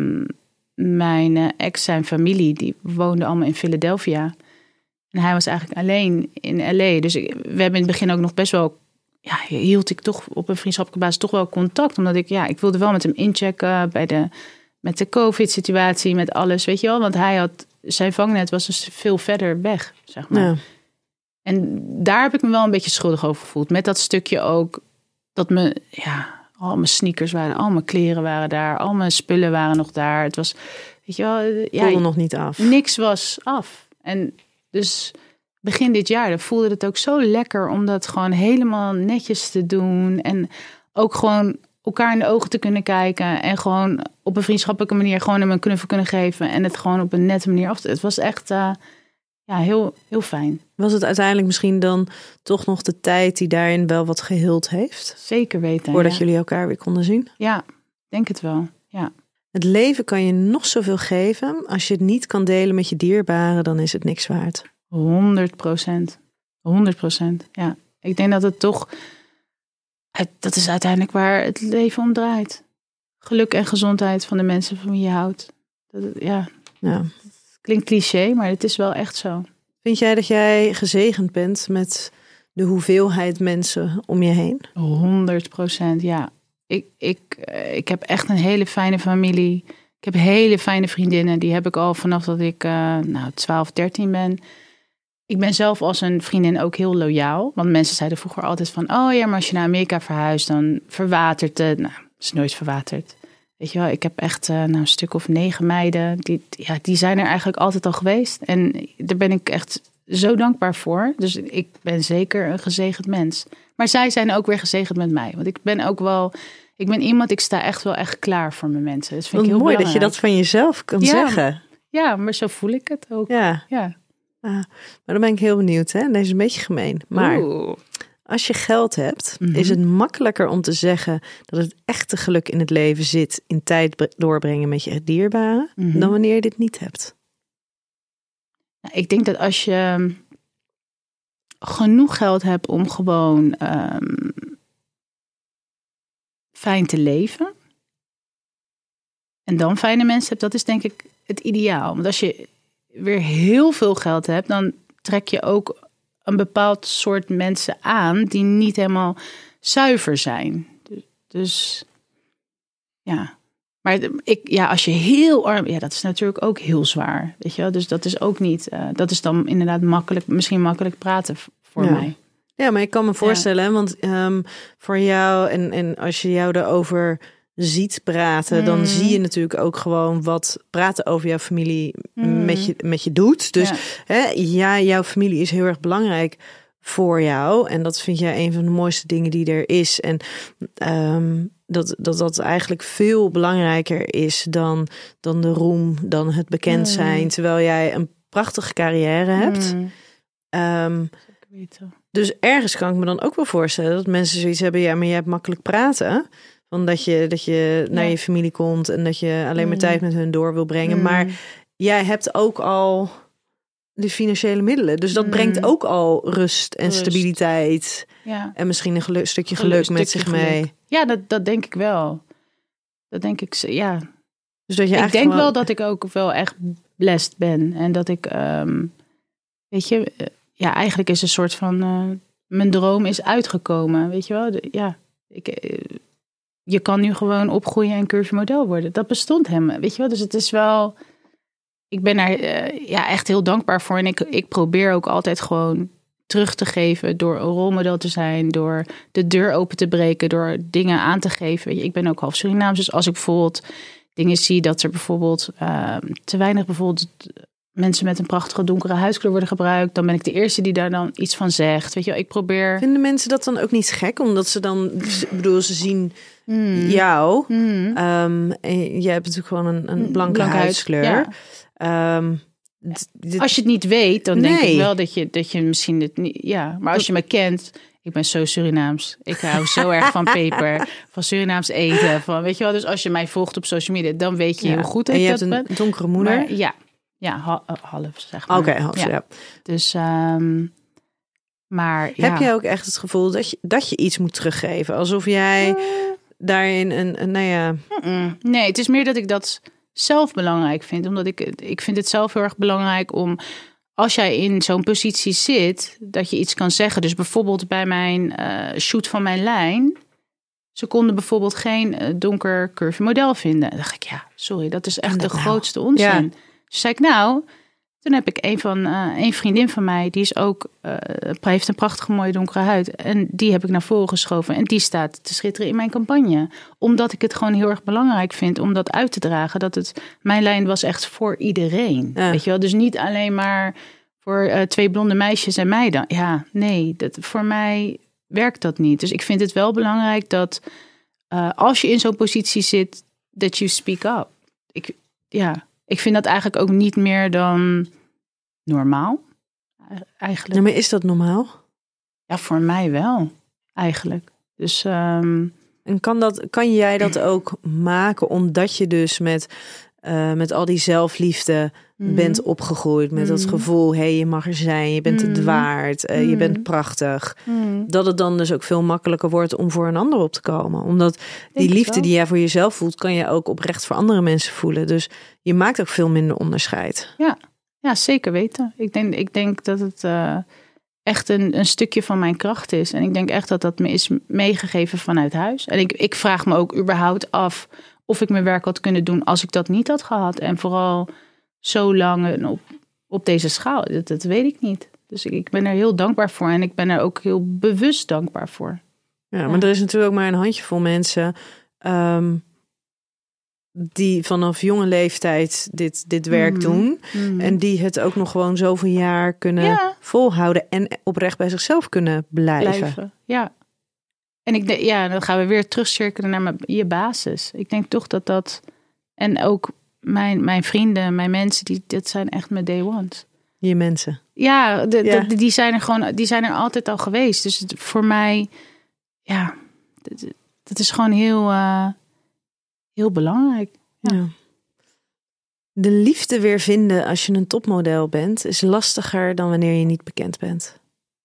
mijn ex, zijn familie... die woonde allemaal in Philadelphia... En hij was eigenlijk alleen in LA. Dus we hebben in het begin ook nog best wel... Ja, hield ik toch op een vriendschappelijke basis toch wel contact. Omdat ik wilde wel met hem inchecken met de COVID-situatie, met alles, weet je wel. Want zijn vangnet was dus veel verder weg, zeg maar. Ja. En daar heb ik me wel een beetje schuldig over gevoeld. Met dat stukje ook, dat al mijn sneakers waren, al mijn kleren waren daar, al mijn spullen waren nog daar. Het was, weet je wel... Voelde nog niet af. Niks was af. En... Dus begin dit jaar voelde het ook zo lekker om dat gewoon helemaal netjes te doen. En ook gewoon elkaar in de ogen te kunnen kijken. En gewoon op een vriendschappelijke manier gewoon hem een knuffel kunnen geven. En het gewoon op een nette manier af te... Het was echt heel, heel fijn. Was het uiteindelijk misschien dan toch nog de tijd die daarin wel wat geheeld heeft? Zeker weten. Voordat jullie elkaar weer konden zien? Ja, denk het wel, ja. Het leven kan je nog zoveel geven. Als je het niet kan delen met je dierbaren, dan is het niks waard. 100%. 100%, ja. Ik denk dat het toch... Dat is uiteindelijk waar het leven om draait. Geluk en gezondheid van de mensen van wie je houdt. Ja. Het klinkt cliché, maar het is wel echt zo. Vind jij dat jij gezegend bent met de hoeveelheid mensen om je heen? 100%, ja. Ik heb echt een hele fijne familie. Ik heb hele fijne vriendinnen. Die heb ik al vanaf dat ik 12, 13 ben. Ik ben zelf als een vriendin ook heel loyaal. Want mensen zeiden vroeger altijd van... oh ja, maar als je naar Amerika verhuist, dan verwatert het. Nou, het is nooit verwaterd. Weet je wel, ik heb echt een stuk of 9 meiden. Die zijn er eigenlijk altijd al geweest. En daar ben ik echt zo dankbaar voor. Dus ik ben zeker een gezegend mens. Maar zij zijn ook weer gezegend met mij. Want ik ben iemand, ik sta echt wel echt klaar voor mijn mensen. Dat vind ik heel mooi belangrijk. Dat je dat van jezelf kan zeggen. Ja, maar zo voel ik het ook. Ja. Maar dan ben ik heel benieuwd. Hè? Deze is een beetje gemeen. Maar als je geld hebt, is het makkelijker om te zeggen dat het echte geluk in het leven zit in tijd doorbrengen met je dierbaren, dan wanneer je dit niet hebt. Nou, ik denk dat als je genoeg geld hebt om gewoon fijn te leven en dan fijne mensen hebt, dat is denk ik het ideaal. Want als je weer heel veel geld hebt, dan trek je ook een bepaald soort mensen aan die niet helemaal zuiver zijn. Dus ja, Maar als je heel arm... Ja, dat is natuurlijk ook heel zwaar. Weet je wel? Dus dat is ook niet... dat is dan inderdaad misschien makkelijk praten voor mij. Ja, maar ik kan me voorstellen, want voor jou... En als je jou daarover ziet praten... dan zie je natuurlijk ook gewoon wat praten over jouw familie met je doet. Dus jouw familie is heel erg belangrijk voor jou. En dat vind jij een van de mooiste dingen die er is. En dat eigenlijk veel belangrijker is dan de roem, dan het bekend zijn. Terwijl jij een prachtige carrière hebt. Dus ergens kan ik me dan ook wel voorstellen dat mensen zoiets hebben. Ja, maar jij hebt makkelijk praten. Van dat je naar je familie komt en dat je alleen maar tijd met hun door wil brengen. Maar jij hebt ook al de financiële middelen. Dus dat brengt ook al rust en stabiliteit. Ja. En misschien een stukje geluk met zich mee. Ja, dat denk ik wel. Dat denk ik, ja. Dus dat je ik denk wel dat ik ook wel echt blessed ben. En dat ik, weet je, eigenlijk is een soort van, mijn droom is uitgekomen. Weet je wel, je kan nu gewoon opgroeien en curvymodel worden. Dat bestond hem, weet je wel. Dus het is wel, ik ben daar echt heel dankbaar voor. En ik probeer ook altijd gewoon terug te geven door een rolmodel te zijn, door de deur open te breken, door dingen aan te geven. Weet je, ik ben ook half Surinaams, dus als ik bijvoorbeeld dingen zie dat er bijvoorbeeld te weinig mensen met een prachtige donkere huidskleur worden gebruikt, dan ben ik de eerste die daar dan iets van zegt. Weet je, ik probeer. Vinden mensen dat dan ook niet gek, omdat ze dan, ze zien jou. En jij hebt natuurlijk gewoon een blanke huidskleur. Ja. Als je het niet weet, dan denk ik wel dat je misschien het niet. Ja, maar als je me kent, ik ben zo Surinaams. Ik hou zo erg van peper, van Surinaams eten, van weet je wel. Dus als je mij volgt op social media, dan weet je heel goed dat je dat ben. hebt een donkere moeder. Maar, half zeg maar. Oké, half. Ja. Dus, maar heb jij ook echt het gevoel dat je iets moet teruggeven, alsof jij daarin Nee, het is meer dat ik dat zelf belangrijk vind. Omdat ik vind het zelf heel erg belangrijk om, als jij in zo'n positie zit, dat je iets kan zeggen. Dus bijvoorbeeld bij mijn shoot van mijn lijn, ze konden bijvoorbeeld geen donker curvy model vinden. En dan dacht ik, sorry, dat is echt de grootste onzin. Ja. Dus zei ik, toen heb ik een vriendin van mij, die is ook, heeft een prachtige mooie donkere huid. En die heb ik naar voren geschoven. En die staat te schitteren in mijn campagne. Omdat ik het gewoon heel erg belangrijk vind om dat uit te dragen. Mijn lijn was echt voor iedereen. Ja. Weet je wel? Dus niet alleen maar voor 2 blonde meisjes en mij dan. Ja, nee, voor mij werkt dat niet. Dus ik vind het wel belangrijk dat als je in zo'n positie zit, that you speak up. Ik vind dat eigenlijk ook niet meer dan normaal. Eigenlijk. Ja, maar is dat normaal? Ja, voor mij wel. Eigenlijk. Dus, en kan jij dat ook maken omdat je dus met al die zelfliefde bent opgegroeid. Met dat gevoel, je mag er zijn. Je bent het waard. Je bent prachtig. Dat het dan dus ook veel makkelijker wordt om voor een ander op te komen. Omdat die liefde die jij voor jezelf voelt, kan je ook oprecht voor andere mensen voelen. Dus je maakt ook veel minder onderscheid. Ja, zeker weten. Ik denk dat het echt een stukje van mijn kracht is. En ik denk echt dat me is meegegeven vanuit huis. En ik vraag me ook überhaupt af of ik mijn werk had kunnen doen als ik dat niet had gehad. En vooral zo lang op deze schaal. Dat weet ik niet. Dus ik ben er heel dankbaar voor. En ik ben er ook heel bewust dankbaar voor. Ja, maar er is natuurlijk ook maar een handjevol mensen die vanaf jonge leeftijd dit werk doen. En die het ook nog gewoon zoveel jaar kunnen volhouden. En oprecht bij zichzelf kunnen blijven. Ja. En dan gaan we weer terugcirkelen naar je basis. Ik denk toch dat en ook mijn vrienden, mijn mensen, dat zijn echt mijn day ones. Je mensen. Ja, die zijn er altijd al geweest. Dus voor mij, dat is gewoon heel belangrijk. Ja. De liefde weer vinden als je een topmodel bent, is lastiger dan wanneer je niet bekend bent.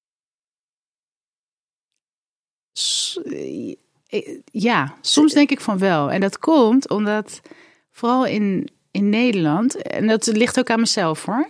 Ja, soms denk ik van wel. En dat komt omdat vooral in Nederland, en dat ligt ook aan mezelf hoor.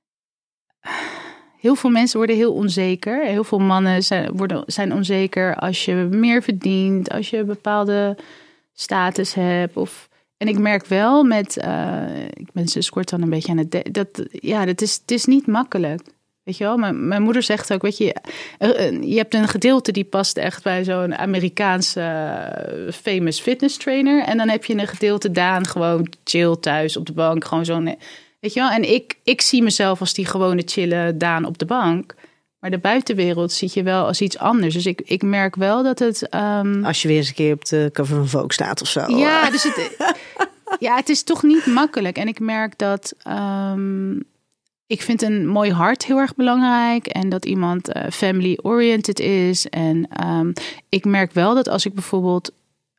Heel veel mensen worden heel onzeker. Heel veel mannen zijn onzeker als je meer verdient, als je een bepaalde status hebt. En ik merk wel ik ben sinds kort dan een beetje aan het... het is niet makkelijk. Weet je wel, mijn moeder zegt ook, weet je hebt een gedeelte die past echt bij zo'n Amerikaanse famous fitness trainer. En dan heb je een gedeelte Daan gewoon chill thuis op de bank. Gewoon zo'n, weet je wel. En ik zie mezelf als die gewone chille Daan op de bank. Maar de buitenwereld ziet je wel als iets anders. Dus ik merk wel dat het... Als je weer eens een keer op de cover van Vogue staat of zo. Ja, dus het is toch niet makkelijk. En ik merk dat... ik vind een mooi hart heel erg belangrijk. En dat iemand family-oriented is. En ik merk wel dat als ik bijvoorbeeld...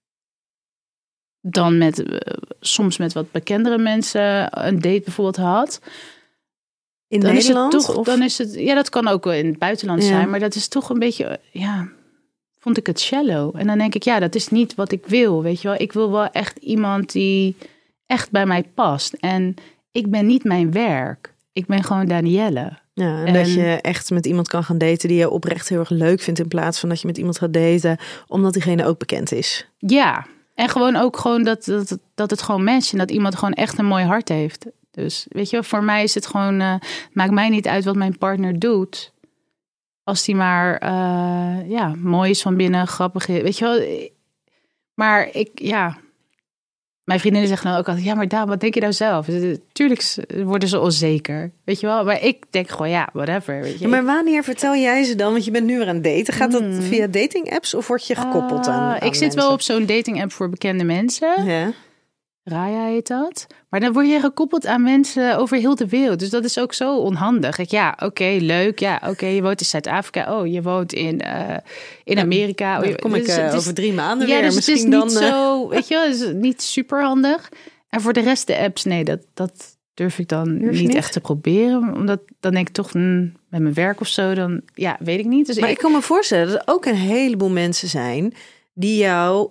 dan soms met wat bekendere mensen een date bijvoorbeeld had... In dan Nederland? Is het toch, dan is het, ja, dat kan ook in het buitenland zijn. Maar dat is toch een beetje... vond ik het shallow. En dan denk ik, dat is niet wat ik wil. Weet je wel, ik wil wel echt iemand die echt bij mij past. En ik ben niet mijn werk. Ik ben gewoon Danielle. Ja, en dat je echt met iemand kan gaan daten die je oprecht heel erg leuk vindt, in plaats van dat je met iemand gaat daten omdat diegene ook bekend is. Ja, en gewoon ook dat het gewoon matcht en dat iemand gewoon echt een mooi hart heeft. Dus weet je, voor mij is het gewoon, maakt mij niet uit wat mijn partner doet. Als die maar mooi is van binnen, grappig is. Weet je wel, maar mijn vriendinnen zeggen dan ook altijd... maar Daan, wat denk je nou zelf? Tuurlijk worden ze onzeker, weet je wel. Maar ik denk gewoon, whatever. Weet je. Ja, maar wanneer vertel jij ze dan? Want je bent nu weer aan het daten. Gaat dat via dating apps of word je gekoppeld aan ik zit wel op zo'n dating app voor bekende mensen. Ja. Raya heet dat. Maar dan word je gekoppeld aan mensen over heel de wereld. Dus dat is ook zo onhandig. Oké, leuk. Ja, oké, je woont in Zuid-Afrika. Oh, je woont in Amerika. Dan kom ik over 3 maanden weer. Dus misschien het is niet dan, zo, weet je wel, het is niet super handig. En voor de rest de apps, nee, dat durf ik dan niet echt te proberen. Omdat dan denk ik toch, met mijn werk of zo, dan, weet ik niet. Dus maar ik kan me voorstellen dat er ook een heleboel mensen zijn die jou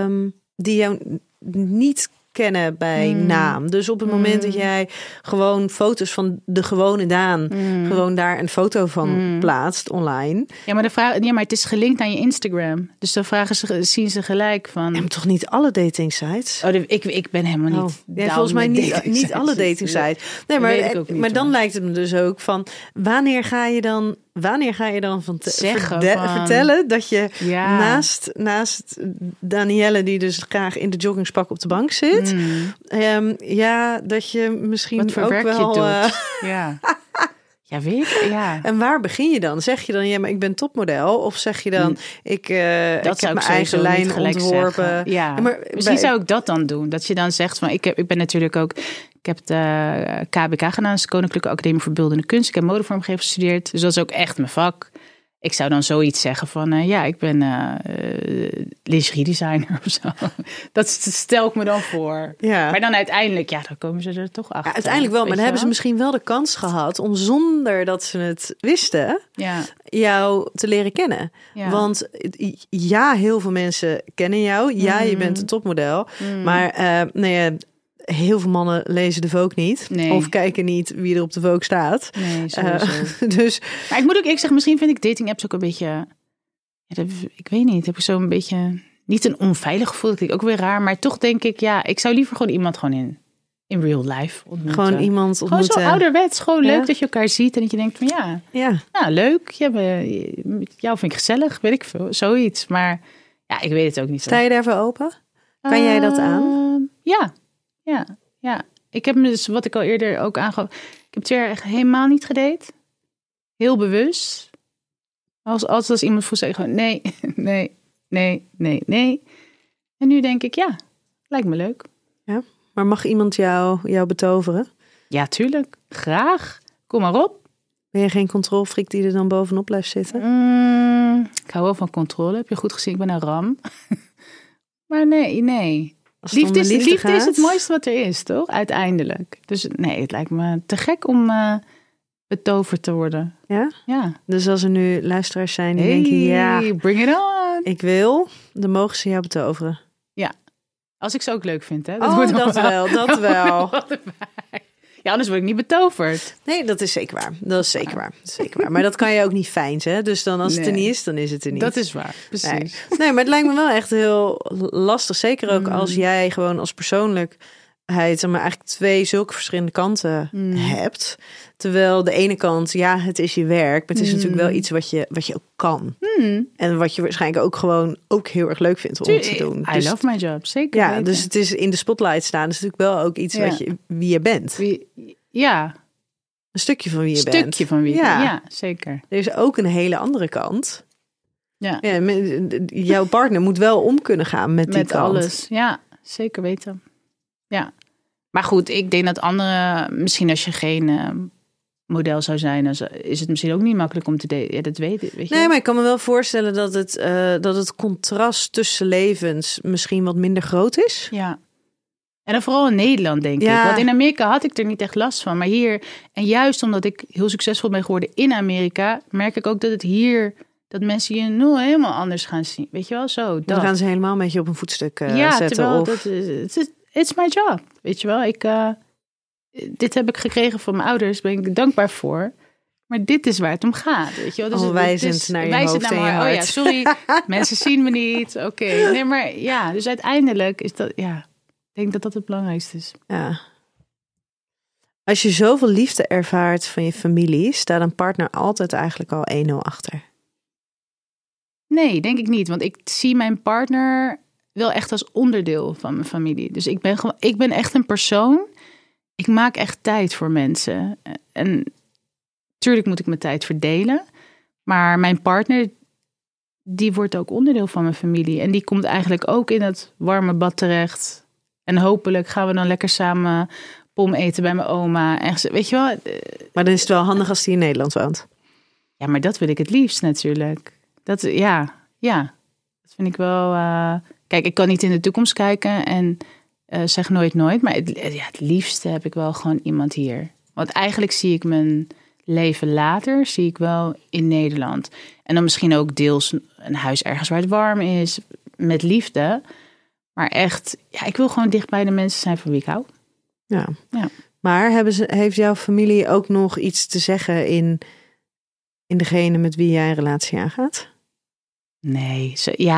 niet kennen bij naam. Dus op het moment dat jij gewoon foto's van de gewone Daan gewoon daar een foto van plaatst online. Ja, maar het is gelinkt aan je Instagram. Dus dan zien ze gelijk van... Ja, maar toch niet alle dating sites? Oh, ik ben helemaal niet... Ja, volgens mij niet alle dating sites. Nee, maar dan lijkt het me dus ook van... Wanneer ga je dan vertellen dat je naast Danielle, die dus graag in de joggingspak op de bank zit, dat je misschien wat voor ook werk wel je doet. Ja, weet ik. Ja. En waar begin je dan? Zeg je dan, maar ik ben topmodel? Of zeg je dan, ik heb mijn eigen lijn ontworpen? Ja, maar misschien zou ik dat dan doen. Dat je dan zegt van, ik ben natuurlijk ook... Ik heb de KBK gedaan, dus Koninklijke Academie voor Beeldende Kunst. Ik heb modevormgeving gestudeerd, dus dat is ook echt mijn vak. Ik zou dan zoiets zeggen van, ik ben lingerie designer of zo. Dat stel ik me dan voor. Ja. Maar dan uiteindelijk, dan komen ze er toch achter. Ja, uiteindelijk wel, maar dan hebben ze misschien wel de kans gehad om zonder dat ze het wisten, jou te leren kennen. Ja. Want heel veel mensen kennen jou. Ja, je bent een topmodel. Maar heel veel mannen lezen de Vogue niet. Nee. Of kijken niet wie er op de Vogue staat. Nee, sowieso. Dus... Maar ik moet ook zeggen, misschien vind ik dating apps ook een beetje... ik weet niet, heb ik zo een beetje... Niet een onveilig gevoel, dat klinkt ook weer raar. Maar toch denk ik, ik zou liever gewoon iemand gewoon in real life ontmoeten. Gewoon iemand ontmoeten. Gewoon zo ouderwets, gewoon leuk dat je elkaar ziet. En dat je denkt van leuk. Jou vind ik gezellig, weet ik veel. Zoiets, maar ik weet het ook niet zo. Sta je daarvoor open? Kan jij dat aan? Ja. Ik heb me dus, wat ik al eerder ook aangaf... Ik heb 2 jaar echt helemaal niet gedate. Heel bewust. Als iemand vroeg, zei ik gewoon nee. En nu denk ik, lijkt me leuk. Ja, maar mag iemand jou betoveren? Ja, tuurlijk. Graag. Kom maar op. Ben je geen controlfreak die er dan bovenop blijft zitten? Ik hou wel van controle. Heb je goed gezien? Ik ben een ram. Maar nee. Liefde is het mooiste wat er is, toch? Uiteindelijk. Dus nee, het lijkt me te gek om betoverd te worden. Ja? Ja. Dus als er nu luisteraars zijn die denken, bring it on. Ik wil, dan mogen ze jou betoveren. Ja. Als ik ze ook leuk vind, hè? Dat wel. Ja, anders word ik niet betoverd. Nee, dat is zeker waar. Dat is zeker waar. Maar dat kan je ook niet fijnsen. Hè? Dus dan als het er niet is, dan is het er niet. Dat is waar, precies. Nee, maar het lijkt me wel echt heel lastig. Zeker ook als jij gewoon als persoonlijkheid... maar eigenlijk 2 zulke verschillende kanten hebt. Terwijl de ene kant, ja, het is je werk. Maar het is natuurlijk wel iets wat je ook kan. En wat je waarschijnlijk ook gewoon ook heel erg leuk vindt om te doen. I love my job, zeker. Ja, dus het is in de spotlight staan. is natuurlijk wel ook iets wie je bent. Ja. Een stukje van wie je bent. Een stukje van wie je bent, ja, zeker. Er is ook een hele andere kant. Ja. Jouw partner moet wel om kunnen gaan met die kant. Alles, ja, zeker weten. Ja. Maar goed, ik denk dat anderen, misschien als je geen model zou zijn, dan is het misschien ook niet makkelijk om te delen. Ja, dat weet je. Nee, maar ik kan me wel voorstellen dat het contrast tussen levens misschien wat minder groot is. Ja. En dan vooral in Nederland, denk ik. Want in Amerika had ik er niet echt last van. Maar hier, en juist omdat ik heel succesvol ben geworden in Amerika, merk ik ook dat het hier, dat mensen je nu helemaal anders gaan zien. Weet je wel, zo. Dan gaan ze helemaal met je op een voetstuk zetten. Terwijl it's my job. Weet je wel, dit heb ik gekregen van mijn ouders, ben ik dankbaar voor. Maar dit is waar het om gaat, weet je wel. Dus wijzend naar je hoofd en je hart. Oh ja, sorry, mensen zien me niet. Oké. Nee, maar ja, dus uiteindelijk is dat, ja, ik denk dat dat het belangrijkste is. Ja. Als je zoveel liefde ervaart van je familie, staat een partner altijd eigenlijk al 1-0 achter? Nee, denk ik niet. Want ik zie mijn partner wel echt als onderdeel van mijn familie. Dus ik ben echt een persoon. Ik maak echt tijd voor mensen. En tuurlijk moet ik mijn tijd verdelen. Maar mijn partner, die wordt ook onderdeel van mijn familie. En die komt eigenlijk ook in het warme bad terecht. En hopelijk gaan we dan lekker samen pom eten bij mijn oma. En, weet je wel. Maar dan is het wel handig als die in Nederland woont. Ja, maar dat wil ik het liefst natuurlijk. Dat vind ik wel. Kijk, ik kan niet in de toekomst kijken en zeg nooit nooit. Maar het liefste heb ik wel gewoon iemand hier. Want eigenlijk zie ik mijn leven later, zie ik wel in Nederland. En dan misschien ook deels een huis ergens waar het warm is, met liefde. Maar echt, ja, ik wil gewoon dicht bij de mensen zijn van wie ik hou. Ja. Maar heeft jouw familie ook nog iets te zeggen in degene met wie jij een relatie aangaat? Nee,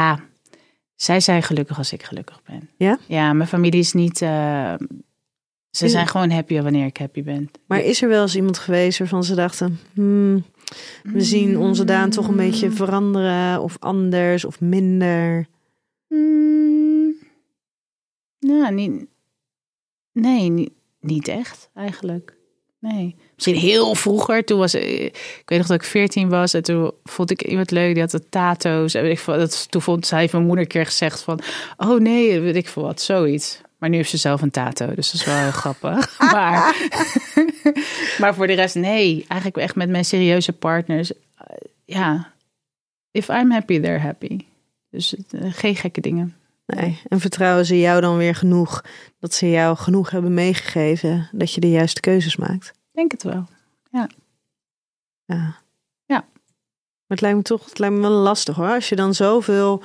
zij zijn gelukkig als ik gelukkig ben. Ja? Ja, mijn familie is niet. Ze zijn gewoon happy wanneer ik happy ben. Maar is er wel eens iemand geweest waarvan ze dachten, we zien onze Daan toch een beetje veranderen of anders of minder? Nou, niet echt eigenlijk. Nee. Misschien heel vroeger. Toen ik weet nog dat ik 14 was. En toen vond ik iemand leuk. Die had de tato's. En toen heeft mijn moeder een keer gezegd van, oh nee, weet ik veel wat, zoiets. Maar nu heeft ze zelf een tato. Dus dat is wel heel grappig. Maar voor de rest, nee. Eigenlijk echt met mijn serieuze partners. If I'm happy, they're happy. Dus geen gekke dingen. Nee. En vertrouwen ze jou dan weer genoeg dat ze jou genoeg hebben meegegeven dat je de juiste keuzes maakt? Denk het wel, ja. Maar het lijkt me wel lastig hoor. Als je dan zoveel...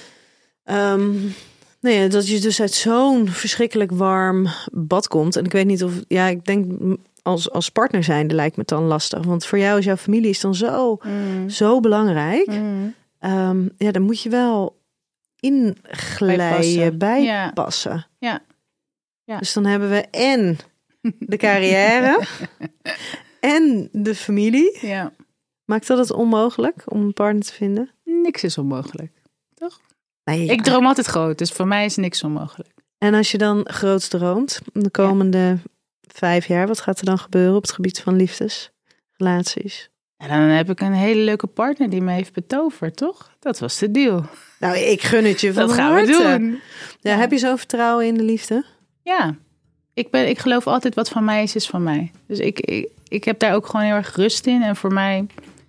dat je dus uit zo'n verschrikkelijk warm bad komt. En ik weet niet of... Ja, ik denk als partner zijnde lijkt me het dan lastig. Want voor jou is jouw familie is dan zo belangrijk. Dan moet je wel inglijden, bijpassen. Ja. Dus dan hebben we en de carrière en de familie. Ja. Maakt dat het onmogelijk om een partner te vinden? Niks is onmogelijk, toch? Nee, Ik droom altijd groot, dus voor mij is niks onmogelijk. En als je dan groots droomt, de komende 5 jaar, wat gaat er dan gebeuren op het gebied van liefdesrelaties? En dan heb ik een hele leuke partner die me heeft betoverd, toch? Dat was de deal. Nou, ik gun het je van dat gaan harte. we doen. Ja, heb je zo'n vertrouwen in de liefde? Ja, ik geloof altijd wat van mij is van mij. Dus ik heb daar ook gewoon heel erg rust in. En voor mij,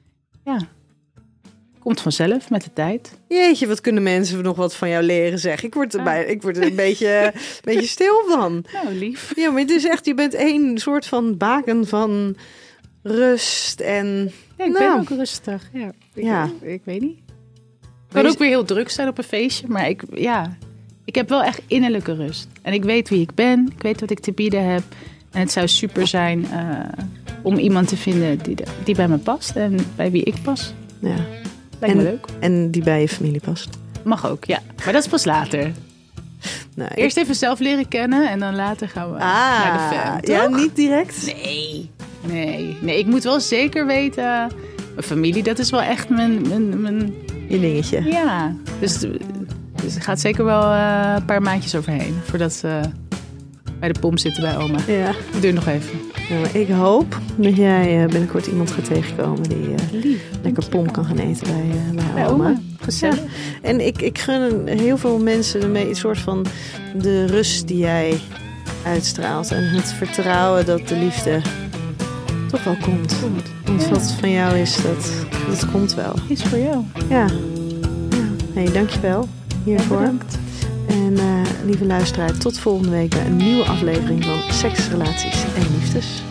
komt vanzelf met de tijd. Jeetje, wat kunnen mensen nog wat van jou leren, zeg. Ik word er een beetje stil van. Nou, lief. Ja, maar het is echt, je bent één soort van baken van rust en... Ja, ik ben ook rustig. Ik weet niet. Het kan ook weer heel druk zijn op een feestje, maar ik heb wel echt innerlijke rust. En ik weet wie ik ben, ik weet wat ik te bieden heb. En het zou super zijn om iemand te vinden die bij me past en bij wie ik pas. Ja. Lijkt me leuk. En die bij je familie past. Mag ook, ja. Maar dat is pas later. Nou, eerst even zelf leren kennen en dan later gaan we naar de fan. Toch? Ja, niet direct? Nee, ik moet wel zeker weten. Mijn familie, dat is wel echt mijn je dingetje. Ja, dus er gaat zeker wel een paar maandjes overheen voordat ze bij de pomp zitten bij oma. Ja. Duur nog even. Nou, ik hoop dat jij binnenkort iemand gaat tegenkomen die lekker pomp kan gaan eten bij oma. Gezellig. Ja. En ik gun heel veel mensen ermee een soort van de rust die jij uitstraalt. En het vertrouwen dat de liefde toch wel komt. Want wat van jou is, dat komt wel. Is voor jou. Ja. Hey, dankjewel hiervoor. Bedankt. En lieve luisteraar, tot volgende week bij een nieuwe aflevering van Seks, Relaties en Liefdes.